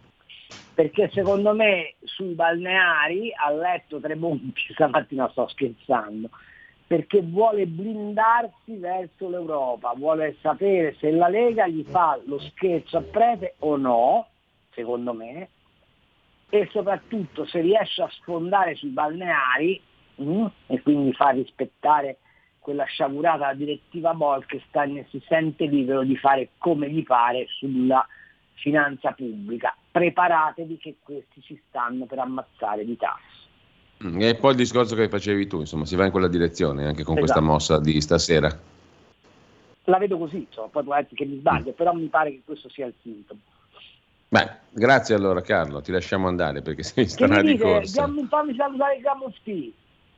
Speaker 21: Perché secondo me sui balneari ha letto Tremonti, stamattina sto scherzando, perché vuole blindarsi verso l'Europa, vuole sapere se la Lega gli fa lo scherzo a prete o no, secondo me, e soprattutto se riesce a sfondare sui balneari e quindi fa rispettare quella sciagurata direttiva Bolkestein, si sente libero di fare come gli pare sulla finanza pubblica. Preparatevi che questi ci stanno per ammazzare di tasse.
Speaker 5: E poi il discorso che facevi tu, insomma, si va in quella direzione anche con questa mossa di stasera.
Speaker 21: La vedo così, insomma, poi può essere che mi sbaglio, però mi pare che questo sia il sintomo.
Speaker 5: Beh, grazie allora Carlo, ti lasciamo andare perché sei in strada di corsa.
Speaker 21: Fammi salutare il Gamufti.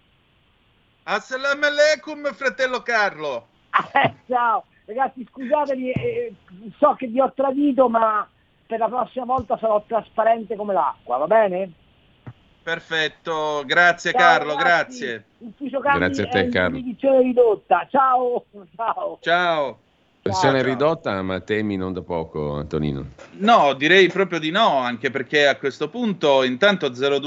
Speaker 3: Assalamu alaikum, fratello Carlo.
Speaker 21: Ciao, ragazzi, scusatemi, so che vi ho tradito, ma per la prossima volta sarò trasparente come l'acqua, va bene?
Speaker 3: Perfetto, grazie. Ciao, Carlo, ragazzi. Grazie.
Speaker 21: Ufficio Cambi
Speaker 5: grazie a te, Carlo.
Speaker 21: Edizione ridotta. Ciao.
Speaker 3: Ciao.
Speaker 5: Versione ridotta, ma temi non da poco, Antonino.
Speaker 3: No, direi proprio di no, anche perché a questo punto intanto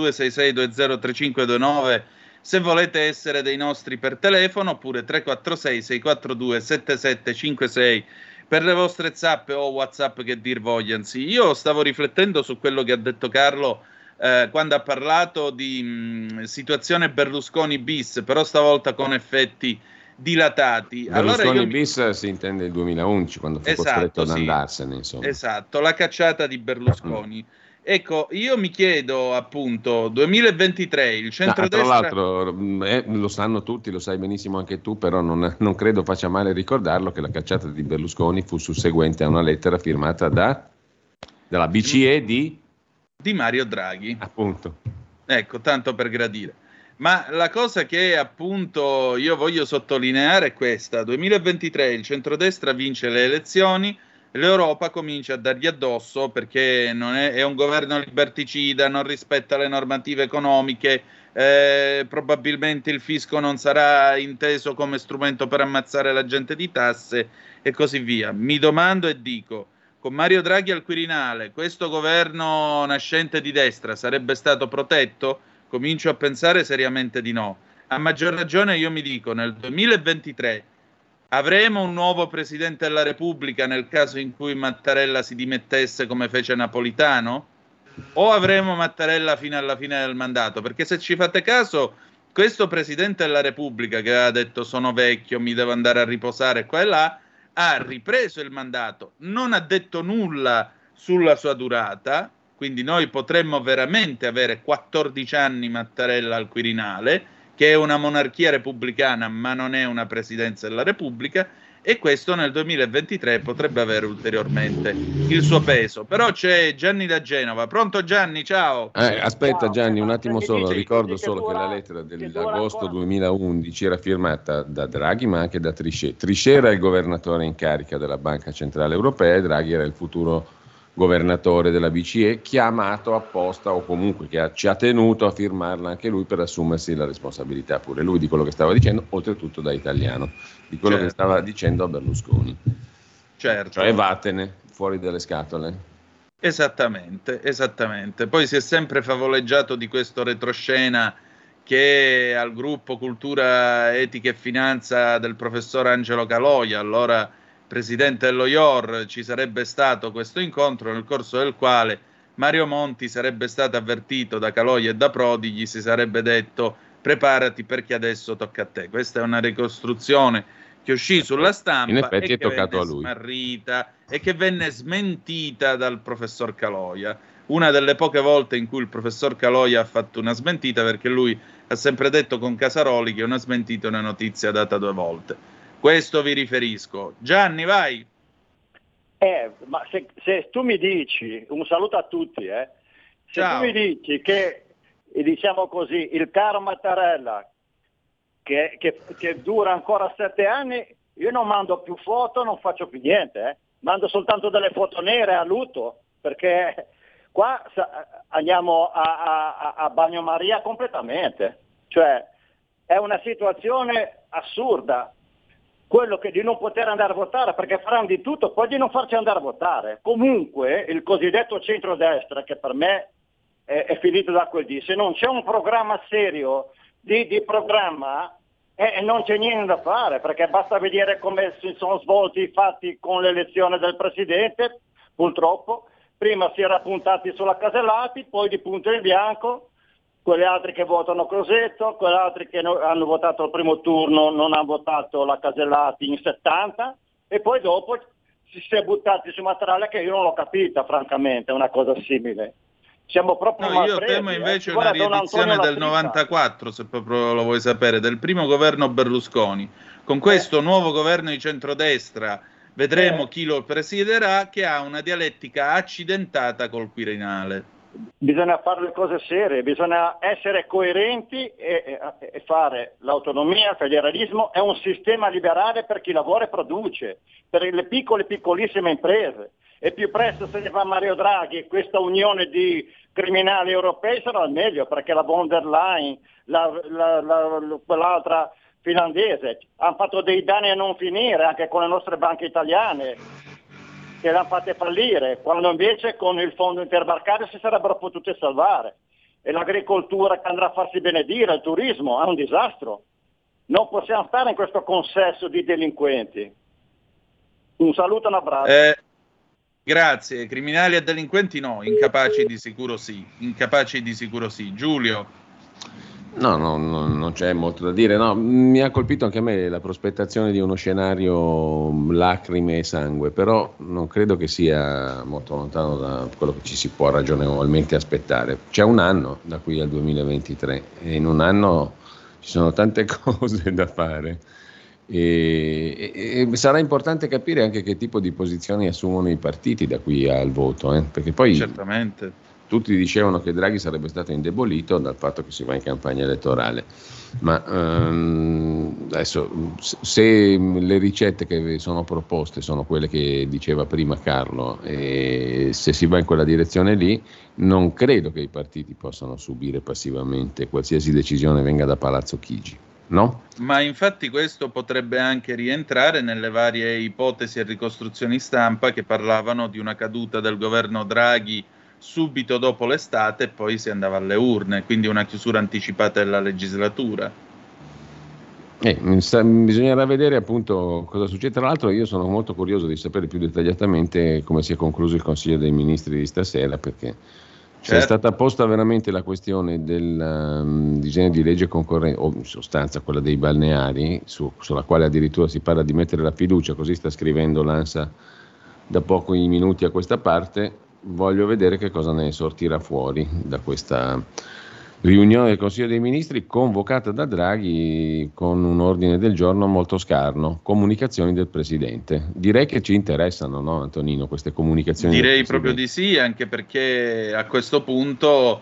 Speaker 3: 0266203529 se volete essere dei nostri per telefono, oppure 346 642 7756 per le vostre zappe o WhatsApp che dir vogliansi. Io stavo riflettendo su quello che ha detto Carlo quando ha parlato di situazione Berlusconi bis, però stavolta con effetti dilatati.
Speaker 5: Berlusconi
Speaker 3: allora
Speaker 5: bis si intende il 2011, quando fu costretto ad andarsene, insomma.
Speaker 3: Esatto, la cacciata di Berlusconi. Ecco, io mi chiedo appunto, 2023, il centrodestra...
Speaker 5: Tra l'altro, lo sanno tutti, lo sai benissimo anche tu, però non credo faccia male ricordarlo che la cacciata di Berlusconi fu susseguente a una lettera firmata dalla BCE di
Speaker 3: Mario Draghi.
Speaker 5: Appunto.
Speaker 3: Ecco, tanto per gradire. Ma la cosa che appunto io voglio sottolineare è questa: 2023 il centrodestra vince le elezioni, l'Europa comincia a dargli addosso perché è un governo liberticida, non rispetta le normative economiche, probabilmente il fisco non sarà inteso come strumento per ammazzare la gente di tasse e così via. Mi domando e dico, con Mario Draghi al Quirinale, questo governo nascente di destra sarebbe stato protetto? Comincio a pensare seriamente di no. A maggior ragione io mi dico, nel 2023 avremo un nuovo Presidente della Repubblica nel caso in cui Mattarella si dimettesse come fece Napolitano? O avremo Mattarella fino alla fine del mandato? Perché se ci fate caso, questo Presidente della Repubblica che aveva detto sono vecchio, mi devo andare a riposare qua e là, ha ripreso il mandato, non ha detto nulla sulla sua durata, quindi noi potremmo veramente avere 14 anni Mattarella al Quirinale, che è una monarchia repubblicana ma non è una presidenza della Repubblica, e questo nel 2023 potrebbe avere ulteriormente il suo peso. Però c'è Gianni da Genova. Pronto Gianni, ciao.
Speaker 5: Aspetta Gianni, un attimo solo, ricordo solo che la lettera dell'agosto 2011 era firmata da Draghi ma anche da Trichet. Trichet era il governatore in carica della Banca Centrale Europea e Draghi era il futuro governatore della BCE, chiamato apposta o comunque ci ha tenuto a firmarla anche lui per assumersi la responsabilità pure lui di quello che stava dicendo, oltretutto da italiano, di quello che stava dicendo a Berlusconi.
Speaker 3: Certo.
Speaker 5: Cioè vattene, fuori dalle scatole.
Speaker 3: Esattamente. Poi si è sempre favoleggiato di questo retroscena che al gruppo Cultura, Etica e Finanza del professor Angelo Caloia, allora presidente dello IOR, ci sarebbe stato questo incontro nel corso del quale Mario Monti sarebbe stato avvertito da Caloia e da Prodi, gli si sarebbe detto preparati perché adesso tocca a te. Questa è una ricostruzione che uscì sulla stampa
Speaker 5: in effetti
Speaker 3: e
Speaker 5: è toccato a lui,
Speaker 3: smarrita e che venne smentita dal professor Caloia, una delle poche volte in cui il professor Caloia ha fatto una smentita, perché lui ha sempre detto con Casaroli che una smentita è una notizia data 2 volte. Questo vi riferisco. Gianni, vai.
Speaker 8: Ma se tu mi dici, un saluto a tutti, se
Speaker 3: Ciao.
Speaker 8: tu mi dici che, diciamo così, il caro Mattarella che dura ancora 7 anni, io non mando più foto, non faccio più niente, mando soltanto delle foto nere a lutto, perché qua andiamo a bagnomaria completamente, cioè è una situazione assurda. Quello che di non poter andare a votare, perché faranno di tutto poi di non farci andare a votare. Comunque il cosiddetto centrodestra, che per me è finito da quel dì, se non c'è un programma serio di programma, non c'è niente da fare, perché basta vedere come si sono svolti i fatti con l'elezione del presidente. Purtroppo prima si era puntati sulla Casellati, poi di punto in bianco, quelle altre che votano Crosetto, quelle altre che hanno votato il primo turno non hanno votato la Casellati in 70, e poi dopo si è buttati su Mattarella, che io non l'ho capita francamente, è una cosa simile. Siamo proprio
Speaker 3: io temo invece una riedizione del 94, se proprio lo vuoi sapere, del primo governo Berlusconi. Con questo nuovo governo di centrodestra vedremo chi lo presiederà, che ha una dialettica accidentata col Quirinale.
Speaker 8: Bisogna fare le cose serie, bisogna essere coerenti e fare l'autonomia, il federalismo è un sistema liberale per chi lavora e produce, per le piccole e piccolissime imprese, e più presto se ne va Mario Draghi e questa unione di criminali europei sarà il meglio, perché la von der Leyen, quell'altra finlandese, hanno fatto dei danni a non finire anche con le nostre banche italiane, che l'hanno fatte fallire, quando invece con il fondo interbancario si sarebbero potute salvare. E l'agricoltura che andrà a farsi benedire, il turismo, è un disastro. Non possiamo stare in questo consesso di delinquenti. Un saluto e un abbraccio.
Speaker 3: Grazie. Criminali e delinquenti no, incapaci di sicuro sì. Giulio?
Speaker 5: No, non c'è molto da dire. No, mi ha colpito anche a me la prospettazione di uno scenario lacrime e sangue, però non credo che sia molto lontano da quello che ci si può ragionevolmente aspettare. C'è un anno da qui al 2023 e in un anno ci sono tante cose da fare e sarà importante capire anche che tipo di posizioni assumono i partiti da qui al voto, perché poi
Speaker 3: certamente
Speaker 5: tutti dicevano che Draghi sarebbe stato indebolito dal fatto che si va in campagna elettorale, ma adesso se le ricette che sono proposte sono quelle che diceva prima Carlo e se si va in quella direzione lì, non credo che i partiti possano subire passivamente qualsiasi decisione venga da Palazzo Chigi. No?
Speaker 3: Ma infatti questo potrebbe anche rientrare nelle varie ipotesi e ricostruzioni stampa che parlavano di una caduta del governo Draghi subito dopo l'estate e poi si andava alle urne, quindi una chiusura anticipata della legislatura.
Speaker 5: Bisognerà vedere appunto cosa succede. Tra l'altro io sono molto curioso di sapere più dettagliatamente come si è concluso il Consiglio dei Ministri di stasera, perché C'è stata posta veramente la questione del disegno di legge concorrente, o in sostanza quella dei balneari, sulla quale addirittura si parla di mettere la fiducia, così sta scrivendo l'ANSA da pochi minuti a questa parte. Voglio vedere che cosa ne sortirà fuori da questa riunione del Consiglio dei Ministri convocata da Draghi con un ordine del giorno molto scarno, comunicazioni del Presidente. Direi che ci interessano, no Antonino, queste comunicazioni?
Speaker 3: Direi proprio di sì, anche perché a questo punto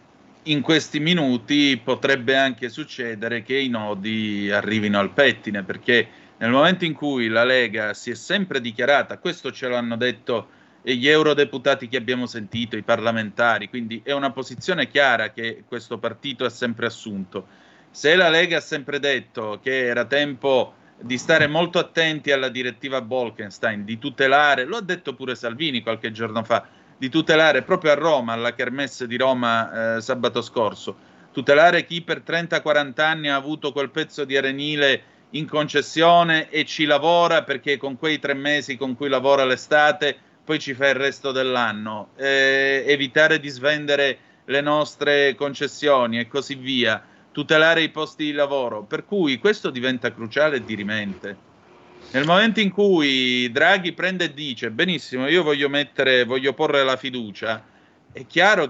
Speaker 3: in questi minuti potrebbe anche succedere che i nodi arrivino al pettine, perché nel momento in cui la Lega si è sempre dichiarata, questo ce l'hanno detto gli eurodeputati che abbiamo sentito, i parlamentari, quindi è una posizione chiara che questo partito ha sempre assunto. Se la Lega ha sempre detto che era tempo di stare molto attenti alla direttiva Bolkestein, di tutelare, lo ha detto pure Salvini qualche giorno fa, di tutelare proprio a Roma, alla Kermesse di Roma sabato scorso, tutelare chi per 30-40 anni ha avuto quel pezzo di arenile in concessione e ci lavora, perché con quei 3 mesi con cui lavora l'estate poi ci fa il resto dell'anno, evitare di svendere le nostre concessioni e così via, tutelare i posti di lavoro, per cui questo diventa cruciale e dirimente. Nel momento in cui Draghi prende e dice benissimo, io voglio porre la fiducia, è chiaro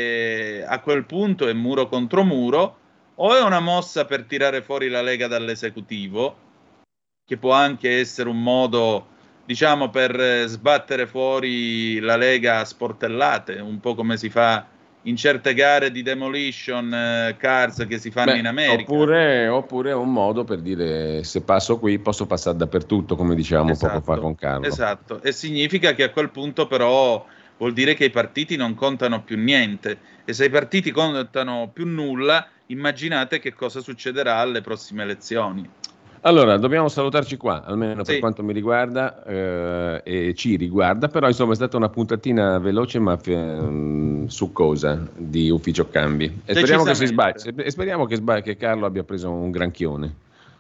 Speaker 3: che a quel punto è muro contro muro, o è una mossa per tirare fuori la Lega dall'esecutivo, che può anche essere un modo, diciamo, per sbattere fuori la Lega a sportellate, un po' come si fa in certe gare di demolition cars che si fanno in America.
Speaker 5: Oppure è un modo per dire: se passo qui posso passare dappertutto, come dicevamo poco fa con Carlo.
Speaker 3: Esatto, e significa che a quel punto però vuol dire che i partiti non contano più niente, e se i partiti contano più nulla, immaginate che cosa succederà alle prossime elezioni.
Speaker 5: Allora, dobbiamo salutarci qua, almeno per quanto mi riguarda e ci riguarda, però insomma è stata una puntatina veloce ma succosa di Ufficio Cambi. E speriamo che si sbagli, e speriamo che Carlo abbia preso un granchione.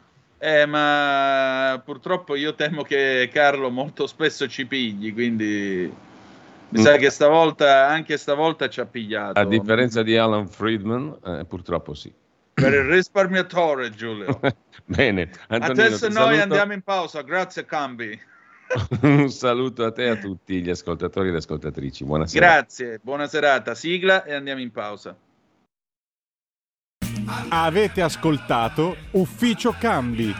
Speaker 3: Ma purtroppo io temo che Carlo molto spesso ci pigli, quindi mi sa che anche stavolta ci ha pigliato.
Speaker 5: A differenza di Alan Friedman, purtroppo sì.
Speaker 3: Per il risparmiatore, Giulio.
Speaker 5: Bene, Antonino,
Speaker 3: adesso noi andiamo in pausa, grazie Cambi.
Speaker 5: Un saluto a te e a tutti gli ascoltatori e le ascoltatrici, buonasera.
Speaker 3: Grazie, buona serata, sigla e andiamo in pausa.
Speaker 1: Avete ascoltato Ufficio Cambi.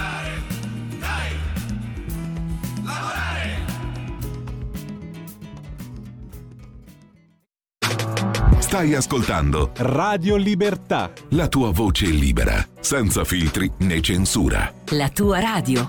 Speaker 12: Stai ascoltando
Speaker 1: Radio Libertà,
Speaker 12: la tua voce libera, senza filtri né censura.
Speaker 10: La tua radio.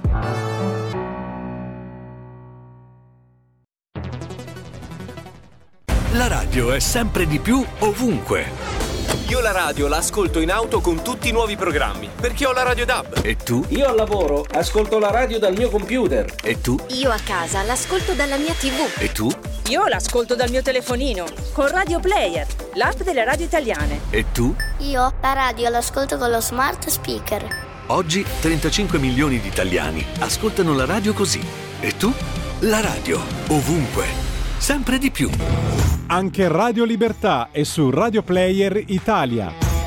Speaker 7: La radio è sempre di più ovunque.
Speaker 9: Io la radio la ascolto in auto con tutti i nuovi programmi, perché ho la Radio DAB.
Speaker 7: E tu?
Speaker 22: Io al lavoro ascolto la radio dal mio computer.
Speaker 7: E tu?
Speaker 10: Io a casa l'ascolto dalla mia TV.
Speaker 7: E tu?
Speaker 11: Io l'ascolto dal mio telefonino, con Radio Player, l'app delle radio italiane.
Speaker 7: E tu?
Speaker 23: Io la radio l'ascolto con lo smart speaker.
Speaker 7: Oggi 35 milioni di italiani ascoltano la radio così. E tu? La radio, ovunque, sempre di più.
Speaker 1: Anche Radio Libertà è su Radio Player Italia.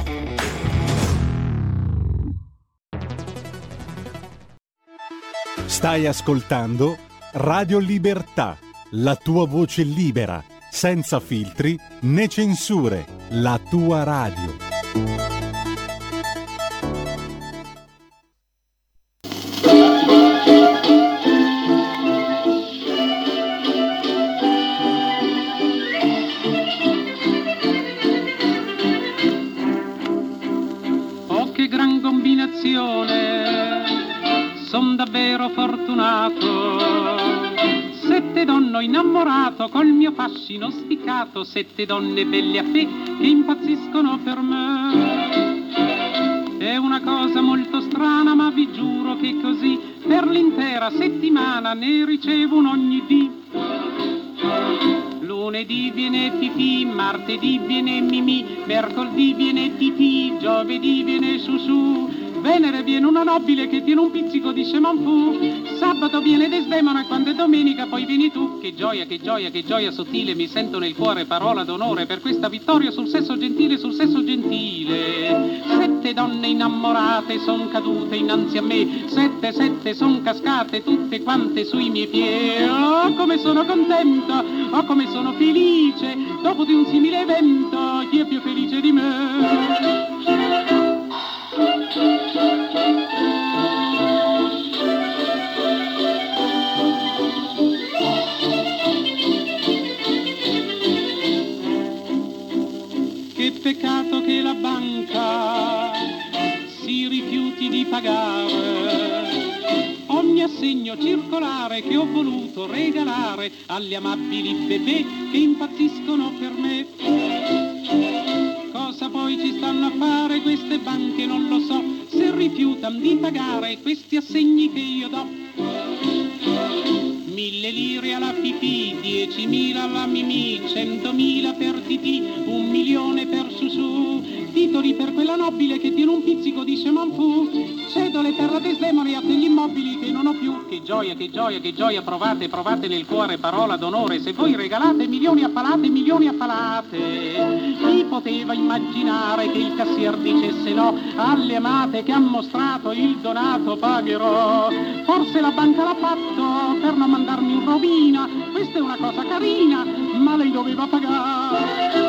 Speaker 1: Stai ascoltando Radio Libertà, la tua voce libera, senza filtri né censure, la tua radio.
Speaker 24: Son davvero fortunato, 7 donne ho innamorato col mio fascino spiccato, 7 donne belle a fe che impazziscono per me. È una cosa molto strana, ma vi giuro che così per l'intera settimana ne ricevo ogni dì. Lunedì viene Titi, martedì viene Mimì, mercoledì viene Titi, giovedì viene Susù, Venere viene una nobile che tiene un pizzico di Semanfù, sabato sabato viene Desdemona e quando è domenica poi vieni tu. Che gioia sottile, mi sento nel cuore parola d'onore per questa vittoria sul sesso gentile, sul sesso gentile. 7 donne innamorate son cadute innanzi a me, 7 son cascate tutte quante sui miei piedi. Oh, come sono contenta, oh, come sono felice, dopo di un simile evento, chi è più felice di me? Che peccato che la banca si rifiuti di pagare ogni assegno circolare che ho voluto regalare alle amabili bebè che impazziscono per me. Cosa poi ci stanno a fare queste banche non lo so, se rifiutano di pagare questi assegni che io do. 1000 lire alla pipì, 10.000 alla mimì, 100.000 per titì, 1 milione per Susù, titoli per quella nobile che tiene un pizzico di semanfù, cedole per la Desdemona e a quegli immobili che non ho più. Che gioia, provate nel cuore parola d'onore, se voi regalate milioni a palate. Chi poteva immaginare che il cassier dicesse no alle amate che han mostrato il donato pagherò? Forse la banca l'ha fatto per non mandarmi in rovina, questa è una cosa carina, ma lei doveva pagare.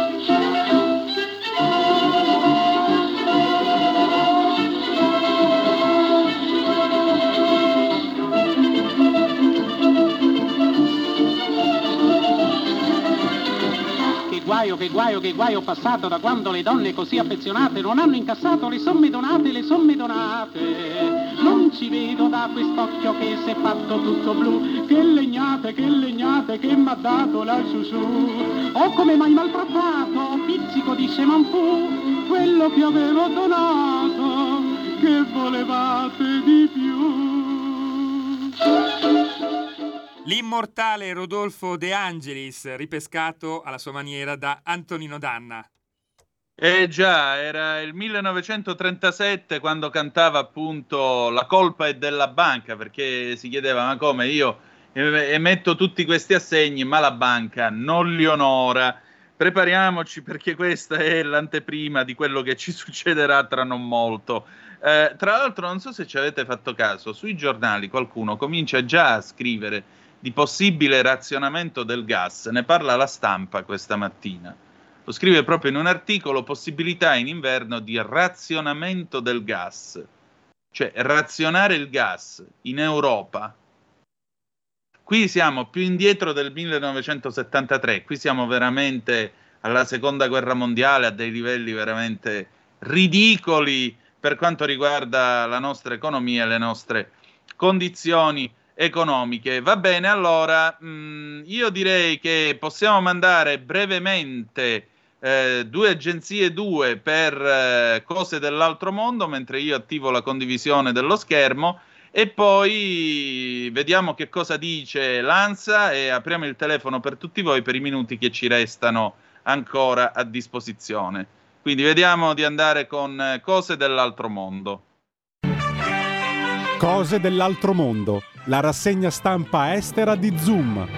Speaker 24: Che guaio passato da quando le donne così affezionate non hanno incassato le somme donate. Non ci vedo da quest'occhio che si è fatto tutto blu, che legnate che m'ha dato la Susù. Oh, come mai maltrattato, pizzico di semanfù, quello che avevo donato, che volevate di più.
Speaker 2: L'immortale Rodolfo De Angelis, ripescato alla sua maniera da Antonino Danna.
Speaker 3: Già, era il 1937 quando cantava appunto La colpa è della banca, perché si chiedeva ma come io emetto tutti questi assegni ma la banca non li onora. Prepariamoci perché questa è l'anteprima di quello che ci succederà tra non molto. Tra l'altro non so se ci avete fatto caso, sui giornali qualcuno comincia già a scrivere di possibile razionamento del gas, ne parla La Stampa questa mattina, lo scrive proprio in un articolo, possibilità in inverno di razionamento del gas, cioè razionare il gas in Europa. Qui siamo più indietro del 1973, qui siamo veramente alla seconda guerra mondiale, a dei livelli veramente ridicoli per quanto riguarda la nostra economia e le nostre condizioni economiche. Va bene, allora io direi che possiamo mandare brevemente 2 agenzie per cose dell'altro mondo, mentre io attivo la condivisione dello schermo e poi vediamo che cosa dice l'ANSA e apriamo il telefono per tutti voi per i minuti che ci restano ancora a disposizione. Quindi vediamo di andare con cose dell'altro mondo.
Speaker 1: Cose dell'altro mondo, la rassegna stampa estera di Zoom.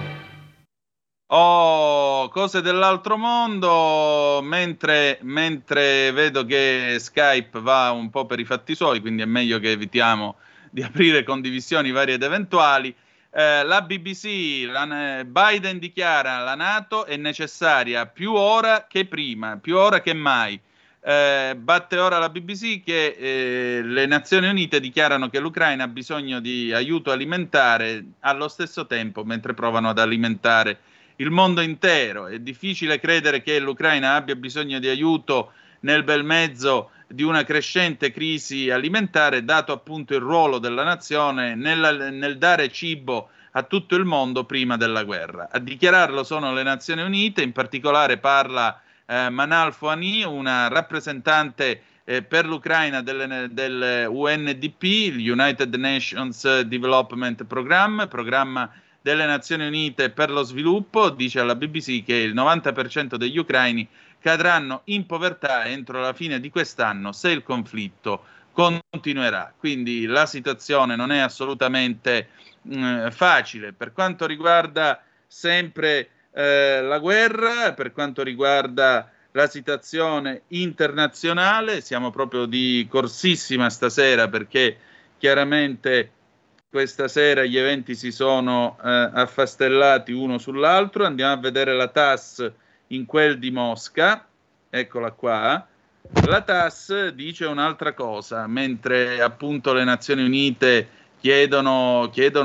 Speaker 3: Oh, cose dell'altro mondo, mentre vedo che Skype va un po' per i fatti suoi, quindi è meglio che evitiamo di aprire condivisioni varie ed eventuali. La BBC, Biden dichiara la NATO è necessaria più ora che prima, più ora che mai. Batte ora la BBC che le Nazioni Unite dichiarano che l'Ucraina ha bisogno di aiuto alimentare allo stesso tempo mentre provano ad alimentare il mondo intero. È difficile credere che l'Ucraina abbia bisogno di aiuto nel bel mezzo di una crescente crisi alimentare, dato appunto il ruolo della nazione nel dare cibo a tutto il mondo prima della guerra. A dichiararlo sono le Nazioni Unite, in particolare parla Manal Fouani, una rappresentante per l'Ucraina del UNDP, il United Nations Development Programma delle Nazioni Unite per lo sviluppo. Dice alla BBC che il 90% degli ucraini cadranno in povertà entro la fine di quest'anno se il conflitto continuerà. Quindi la situazione non è assolutamente facile. Per quanto riguarda sempre la guerra, per quanto riguarda la situazione internazionale, siamo proprio di corsissima stasera, perché chiaramente questa sera gli eventi si sono affastellati uno sull'altro. Andiamo a vedere la TASS in quel di Mosca, eccola qua. La TASS dice un'altra cosa, mentre appunto le Nazioni Unite chiedono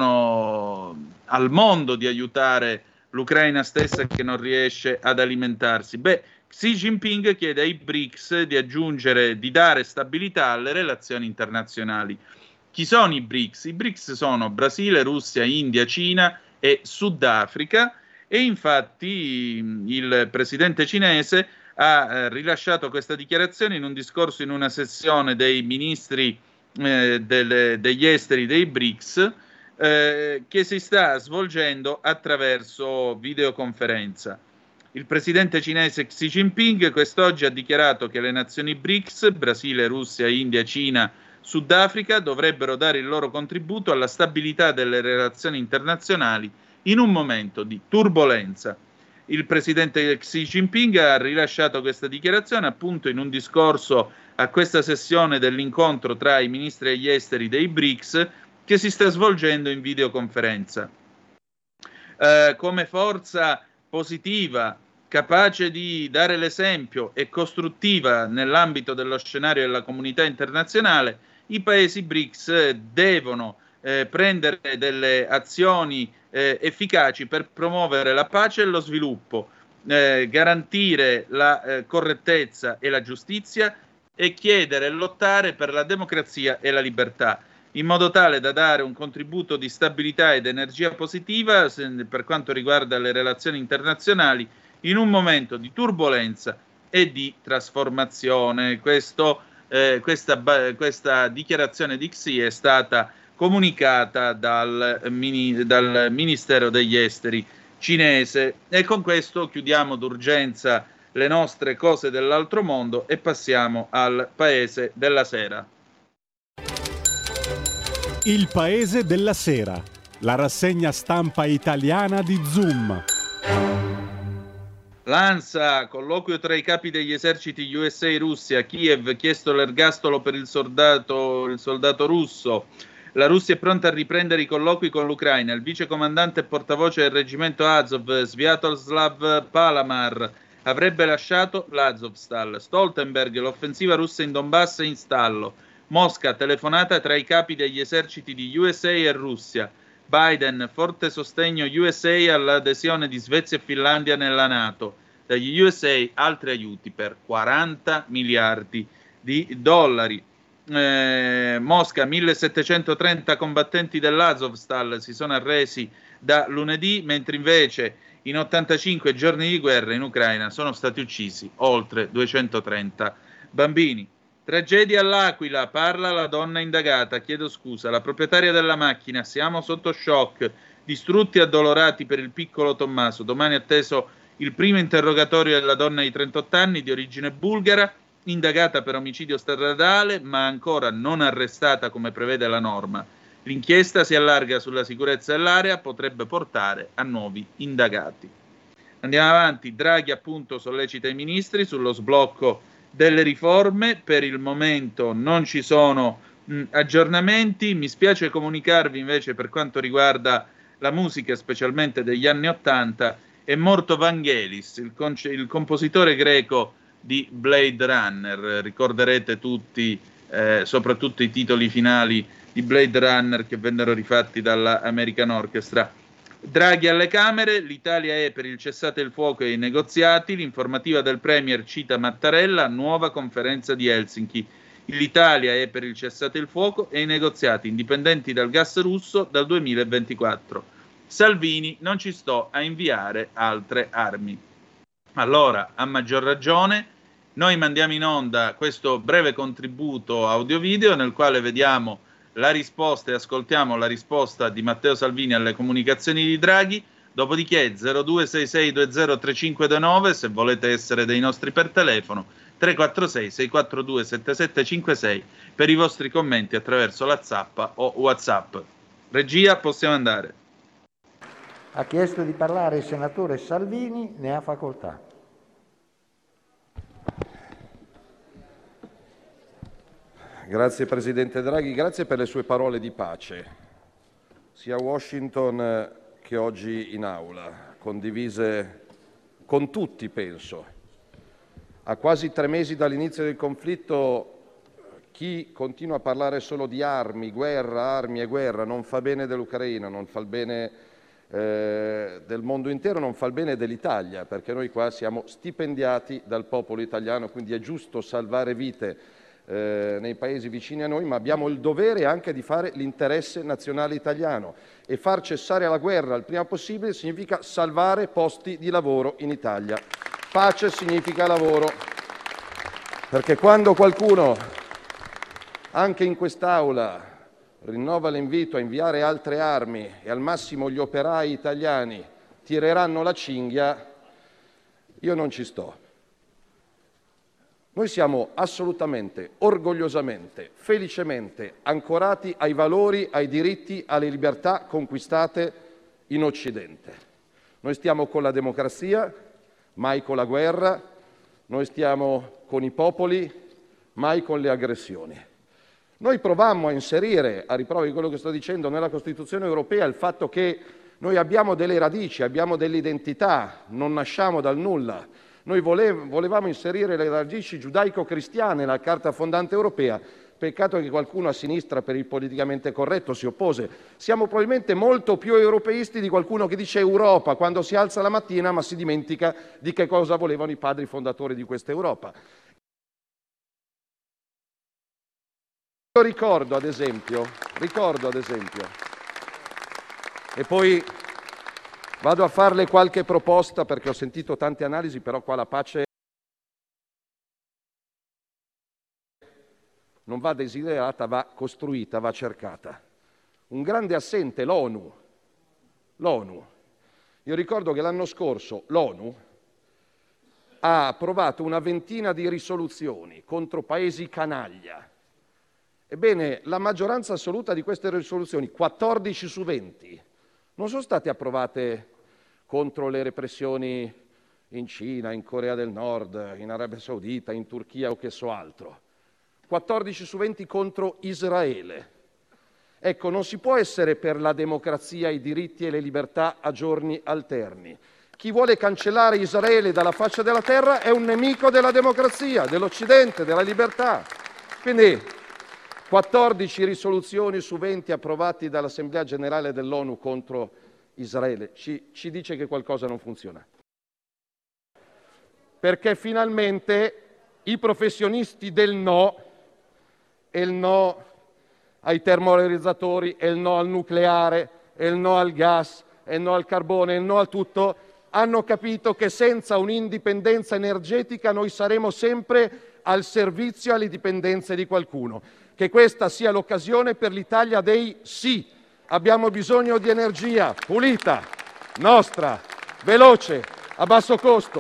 Speaker 3: al mondo di aiutare l'Ucraina stessa che non riesce ad alimentarsi. Xi Jinping chiede ai BRICS di dare stabilità alle relazioni internazionali. Chi sono i BRICS? I BRICS sono Brasile, Russia, India, Cina e Sudafrica, e infatti il presidente cinese ha rilasciato questa dichiarazione in un discorso in una sessione dei ministri degli esteri dei BRICS che si sta svolgendo attraverso videoconferenza. Il presidente cinese Xi Jinping quest'oggi ha dichiarato che le nazioni BRICS, Brasile, Russia, India, Cina, Sudafrica, dovrebbero dare il loro contributo alla stabilità delle relazioni internazionali in un momento di turbolenza. Il presidente Xi Jinping ha rilasciato questa dichiarazione appunto in un discorso a questa sessione dell'incontro tra i ministri degli esteri dei BRICS che si sta svolgendo in videoconferenza. Come forza positiva, capace di dare l'esempio e costruttiva nell'ambito dello scenario della comunità internazionale, i paesi BRICS devono prendere delle azioni efficaci per promuovere la pace e lo sviluppo, garantire la correttezza e la giustizia e chiedere e lottare per la democrazia e la libertà, in modo tale da dare un contributo di stabilità ed energia positiva per quanto riguarda le relazioni internazionali in un momento di turbolenza e di trasformazione. Questa dichiarazione di Xi è stata comunicata dal Ministero degli Esteri cinese, e con questo chiudiamo d'urgenza le nostre cose dell'altro mondo e passiamo al Paese della Sera.
Speaker 1: Il Paese della Sera, la rassegna stampa italiana di Zoom.
Speaker 3: L'ANSA, colloquio tra i capi degli eserciti USA e Russia, Kiev, chiesto l'ergastolo per il soldato russo. La Russia è pronta a riprendere i colloqui con l'Ucraina. Il vice comandante e portavoce del reggimento Azov, Sviatoslav Palamar, avrebbe lasciato l'Azovstal. Stoltenberg, l'offensiva russa in Donbass è in stallo. Mosca, telefonata tra i capi degli eserciti di USA e Russia. Biden, forte sostegno USA all'adesione di Svezia e Finlandia nella NATO. Dagli USA altri aiuti per 40 miliardi di dollari. Mosca, 1730 combattenti dell'Azovstal si sono arresi da lunedì, mentre invece in 85 giorni di guerra in Ucraina sono stati uccisi oltre 230 bambini. Tragedia all'Aquila, parla la donna indagata, chiedo scusa, la proprietaria della macchina, siamo sotto shock, distrutti e addolorati per il piccolo Tommaso. Domani atteso il primo interrogatorio della donna di 38 anni di origine bulgara, indagata per omicidio stradale ma ancora non arrestata come prevede la norma. L'inchiesta si allarga sulla sicurezza dell'area, potrebbe portare a nuovi indagati. Andiamo avanti, Draghi appunto sollecita i ministri sullo sblocco delle riforme. Per il momento non ci sono aggiornamenti. Mi spiace comunicarvi invece, per quanto riguarda la musica, specialmente degli anni '80, è morto Vangelis, il compositore greco di Blade Runner. Ricorderete tutti soprattutto i titoli finali di Blade Runner che vennero rifatti dalla American Orchestra. Draghi alle Camere, l'Italia è per il cessate il fuoco e i negoziati, l'informativa del Premier cita Mattarella, nuova conferenza di Helsinki. L'Italia è per il cessate il fuoco e i negoziati indipendenti dal gas russo dal 2024. Salvini, non ci sto a inviare altre armi. Allora, a maggior ragione, noi mandiamo in onda questo breve contributo audio-video nel quale vediamo la risposta e ascoltiamo la risposta di Matteo Salvini alle comunicazioni di Draghi. Dopodiché 0266203529, se volete essere dei nostri per telefono, 346 642 7756 per i vostri commenti attraverso la Zappa o WhatsApp. Regia, possiamo andare.
Speaker 6: Ha chiesto di parlare il senatore Salvini, ne ha facoltà.
Speaker 13: Grazie Presidente Draghi, grazie per le sue parole di pace, sia a Washington che oggi in aula, condivise con tutti, penso. A quasi 3 mesi dall'inizio del conflitto, chi continua a parlare solo di armi e guerra, non fa bene dell'Ucraina, non fa il bene del mondo intero, non fa il bene dell'Italia, perché noi qua siamo stipendiati dal popolo italiano, quindi è giusto salvare vite nei paesi vicini a noi, ma abbiamo il dovere anche di fare l'interesse nazionale italiano, e far cessare la guerra il prima possibile significa salvare posti di lavoro in Italia. Pace significa lavoro, perché quando qualcuno, anche in quest'Aula, rinnova l'invito a inviare altre armi e al massimo gli operai italiani tireranno la cinghia, io non ci sto. Noi siamo assolutamente, orgogliosamente, felicemente ancorati ai valori, ai diritti, alle libertà conquistate in Occidente. Noi stiamo con la democrazia, mai con la guerra, noi stiamo con i popoli, mai con le aggressioni. Noi provammo a inserire, a riprova di quello che sto dicendo, nella Costituzione europea il fatto che noi abbiamo delle radici, abbiamo dell'identità, non nasciamo dal nulla. Noi volevamo inserire le radici giudaico-cristiane nella Carta fondante europea. Peccato che qualcuno a sinistra, per il politicamente corretto, si oppose. Siamo probabilmente molto più europeisti di qualcuno che dice Europa quando si alza la mattina, ma si dimentica di che cosa volevano i padri fondatori di questa Europa. Io ricordo ad esempio, e poi vado a farle qualche proposta perché ho sentito tante analisi, però qua la pace non va desiderata, va costruita, va cercata. Un grande assente, l'ONU. Io ricordo che l'anno scorso l'ONU ha approvato una ventina di risoluzioni contro paesi canaglia. Ebbene, la maggioranza assoluta di queste risoluzioni, 14 su 20, non sono state approvate contro le repressioni in Cina, in Corea del Nord, in Arabia Saudita, in Turchia o che so altro. 14 su 20 contro Israele. Ecco, non si può essere per la democrazia, i diritti e le libertà a giorni alterni. Chi vuole cancellare Israele dalla faccia della terra è un nemico della democrazia, dell'Occidente, della libertà. Quindi 14 risoluzioni su 20 approvati dall'Assemblea Generale dell'ONU contro Israele ci dice che qualcosa non funziona. Perché finalmente i professionisti del no, e il no ai termovalorizzatori, e il no al nucleare, e il no al gas, e il no al carbone, e il no a tutto, hanno capito che senza un'indipendenza energetica noi saremo sempre al servizio alle dipendenze di qualcuno. Che questa sia l'occasione per l'Italia dei sì. Abbiamo bisogno di energia pulita, nostra, veloce, a basso costo.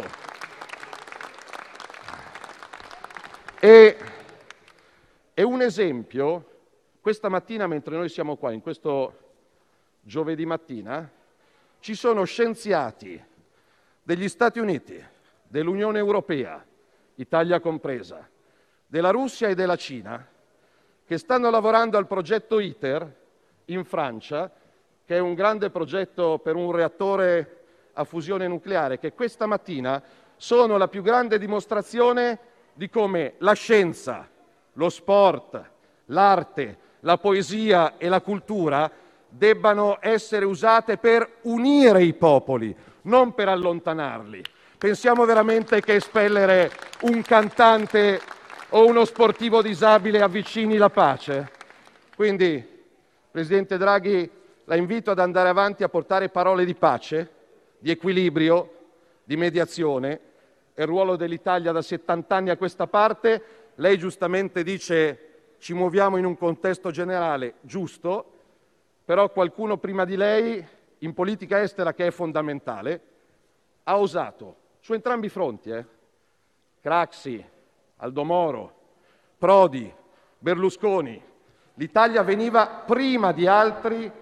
Speaker 13: E un esempio, questa mattina mentre noi siamo qua, in questo giovedì mattina, ci sono scienziati degli Stati Uniti, dell'Unione Europea, Italia compresa, della Russia e della Cina, che stanno lavorando al progetto ITER in Francia, che è un grande progetto per un reattore a fusione nucleare, che questa mattina sono la più grande dimostrazione di come la scienza, lo sport, l'arte, la poesia e la cultura debbano essere usate per unire i popoli, non per allontanarli. Pensiamo veramente che espellere un cantante o uno sportivo disabile avvicini la pace? Quindi, Presidente Draghi, la invito ad andare avanti a portare parole di pace, di equilibrio, di mediazione. È il ruolo dell'Italia da 70 anni a questa parte. Lei giustamente dice ci muoviamo in un contesto generale giusto, però qualcuno prima di lei, in politica estera che è fondamentale, ha osato, su entrambi i fronti, Craxi, Aldo Moro, Prodi, Berlusconi. L'Italia veniva prima di altri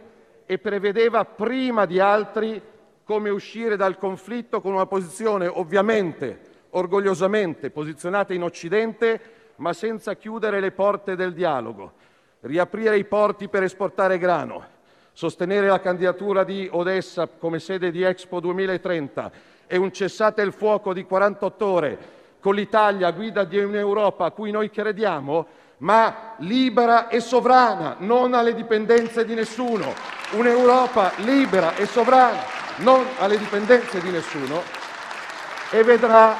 Speaker 13: e prevedeva prima di altri come uscire dal conflitto con una posizione ovviamente, orgogliosamente posizionata in Occidente, ma senza chiudere le porte del dialogo, riaprire i porti per esportare grano, sostenere la candidatura di Odessa come sede di Expo 2030 e un cessate il fuoco di 48 ore con l'Italia a guida di un'Europa a cui noi crediamo, ma libera e sovrana, non alle dipendenze di nessuno. Un'Europa libera e sovrana, non alle dipendenze di nessuno, e vedrà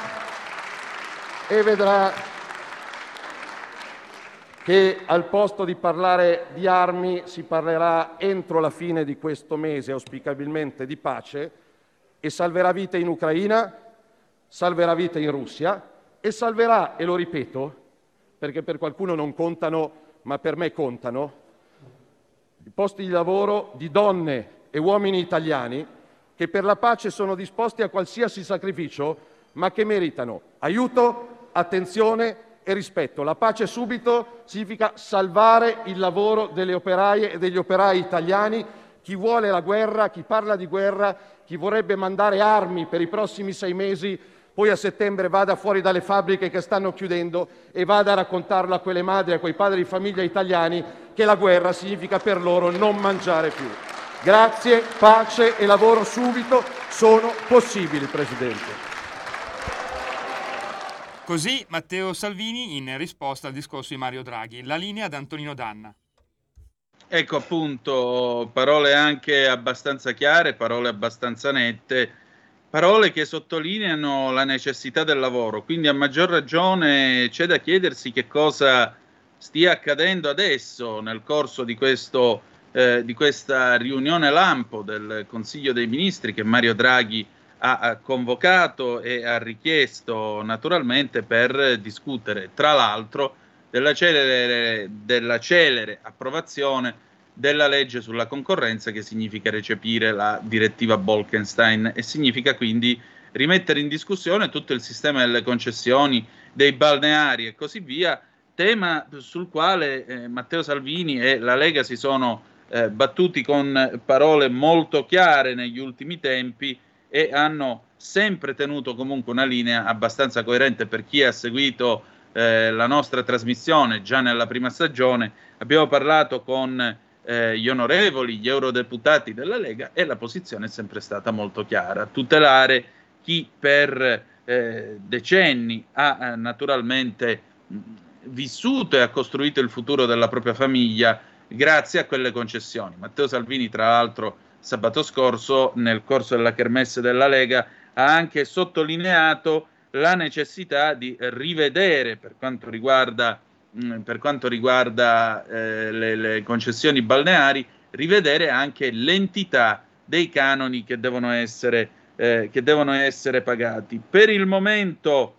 Speaker 13: che al posto di parlare di armi si parlerà entro la fine di questo mese, auspicabilmente di pace, e salverà vite in Ucraina, salverà vite in Russia e salverà, e lo ripeto, perché per qualcuno non contano, ma per me contano, i posti di lavoro di donne e uomini italiani che per la pace sono disposti a qualsiasi sacrificio, ma che meritano aiuto, attenzione e rispetto. La pace subito significa salvare il lavoro delle operaie e degli operai italiani. Chi vuole la guerra, chi parla di guerra, chi vorrebbe mandare armi per i prossimi 6 mesi, poi a settembre vada fuori dalle fabbriche che stanno chiudendo e vada a raccontarlo a quelle madri e a quei padri di famiglia italiani che la guerra significa per loro non mangiare più. Grazie, pace e lavoro subito sono possibili, Presidente.
Speaker 2: Così Matteo Salvini in risposta al discorso di Mario Draghi. La linea ad Antonino Danna.
Speaker 3: Ecco appunto, parole anche abbastanza chiare, parole abbastanza nette, parole che sottolineano la necessità del lavoro, quindi a maggior ragione c'è da chiedersi che cosa stia accadendo adesso nel corso di questa riunione lampo del Consiglio dei Ministri che Mario Draghi ha convocato e ha richiesto naturalmente per discutere, tra l'altro, della celere approvazione della legge sulla concorrenza, che significa recepire la direttiva Bolkestein e significa quindi rimettere in discussione tutto il sistema delle concessioni, dei balneari e così via, tema sul quale Matteo Salvini e la Lega si sono battuti con parole molto chiare negli ultimi tempi e hanno sempre tenuto comunque una linea abbastanza coerente. Per chi ha seguito la nostra trasmissione già nella prima stagione, abbiamo parlato con gli onorevoli, gli eurodeputati della Lega, e la posizione è sempre stata molto chiara: tutelare chi per decenni ha naturalmente vissuto e ha costruito il futuro della propria famiglia grazie a quelle concessioni. Matteo Salvini, tra l'altro, sabato scorso, nel corso della kermesse della Lega, ha anche sottolineato la necessità di rivedere, per quanto riguarda le concessioni balneari, rivedere anche l'entità dei canoni che devono essere pagati. Per il momento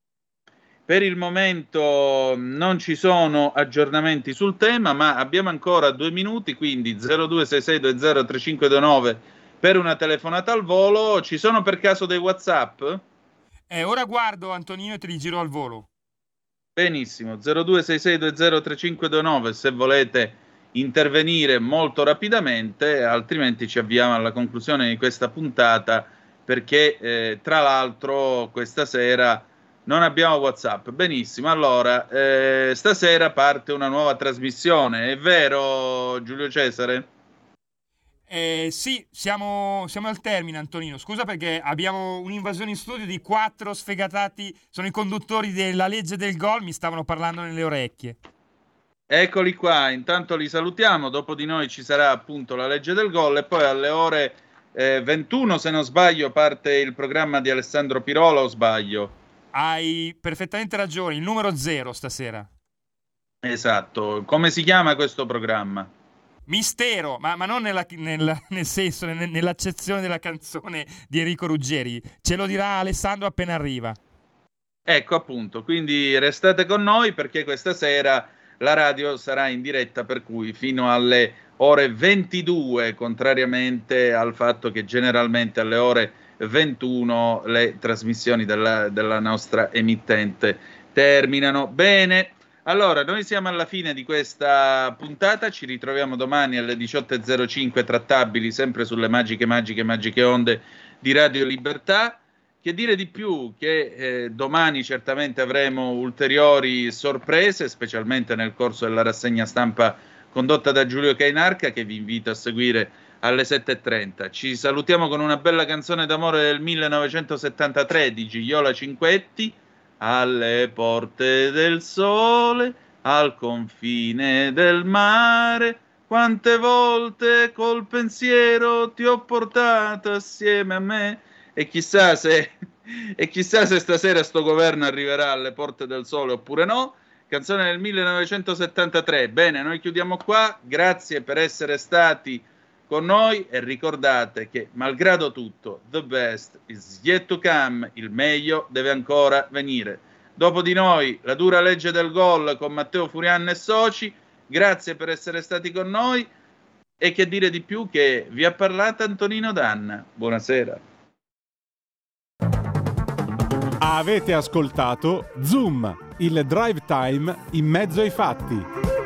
Speaker 3: non ci sono aggiornamenti sul tema, ma abbiamo ancora 2 minuti, quindi 0266203529 per una telefonata al volo. Ci sono per caso dei WhatsApp?
Speaker 2: Ora guardo, Antonino, e te li giro al volo.
Speaker 3: Benissimo, 0266203529 se volete intervenire molto rapidamente, altrimenti ci avviamo alla conclusione di questa puntata, perché tra l'altro questa sera non abbiamo WhatsApp. Benissimo, allora stasera parte una nuova trasmissione, è vero Giulio Cesare?
Speaker 2: Sì, siamo al termine, Antonino. Scusa perché abbiamo un'invasione in studio di 4 sfegatati, sono i conduttori della legge del gol, mi stavano parlando nelle orecchie.
Speaker 3: Eccoli qua, intanto li salutiamo, dopo di noi ci sarà appunto la legge del gol e poi alle ore 21, se non sbaglio, parte il programma di Alessandro Pirola, o sbaglio?
Speaker 2: Hai perfettamente ragione, il numero 0 stasera.
Speaker 3: Esatto, come si chiama questo programma?
Speaker 2: Mistero, ma non nel senso, nell'accezione della canzone di Enrico Ruggeri. Ce lo dirà Alessandro appena arriva.
Speaker 3: Ecco appunto, quindi restate con noi perché questa sera la radio sarà in diretta, per cui fino alle ore 22, contrariamente al fatto che generalmente alle ore 21 le trasmissioni della nostra emittente terminano. Bene, Allora, noi siamo alla fine di questa puntata, ci ritroviamo domani alle 18.05 trattabili sempre sulle magiche onde di Radio Libertà. Che dire di più? Che domani certamente avremo ulteriori sorprese, specialmente nel corso della rassegna stampa condotta da Giulio Cainarca, che vi invito a seguire alle 7.30. Ci salutiamo con una bella canzone d'amore del 1973 di Gigliola Cinquetti, alle porte del sole, al confine del mare, quante volte col pensiero ti ho portato assieme a me. E chissà se stasera sto governo arriverà alle porte del sole oppure no. Canzone del 1973. Bene, noi chiudiamo qua. Grazie per essere stati con noi e ricordate che malgrado tutto, the best is yet to come, il meglio deve ancora venire. Dopo di noi la dura legge del gol con Matteo Furian e soci. Grazie per essere stati con noi e che dire di più, che vi ha parlato Antonino Danna. Buonasera.
Speaker 1: Avete ascoltato Zoom, il drive time in mezzo ai fatti.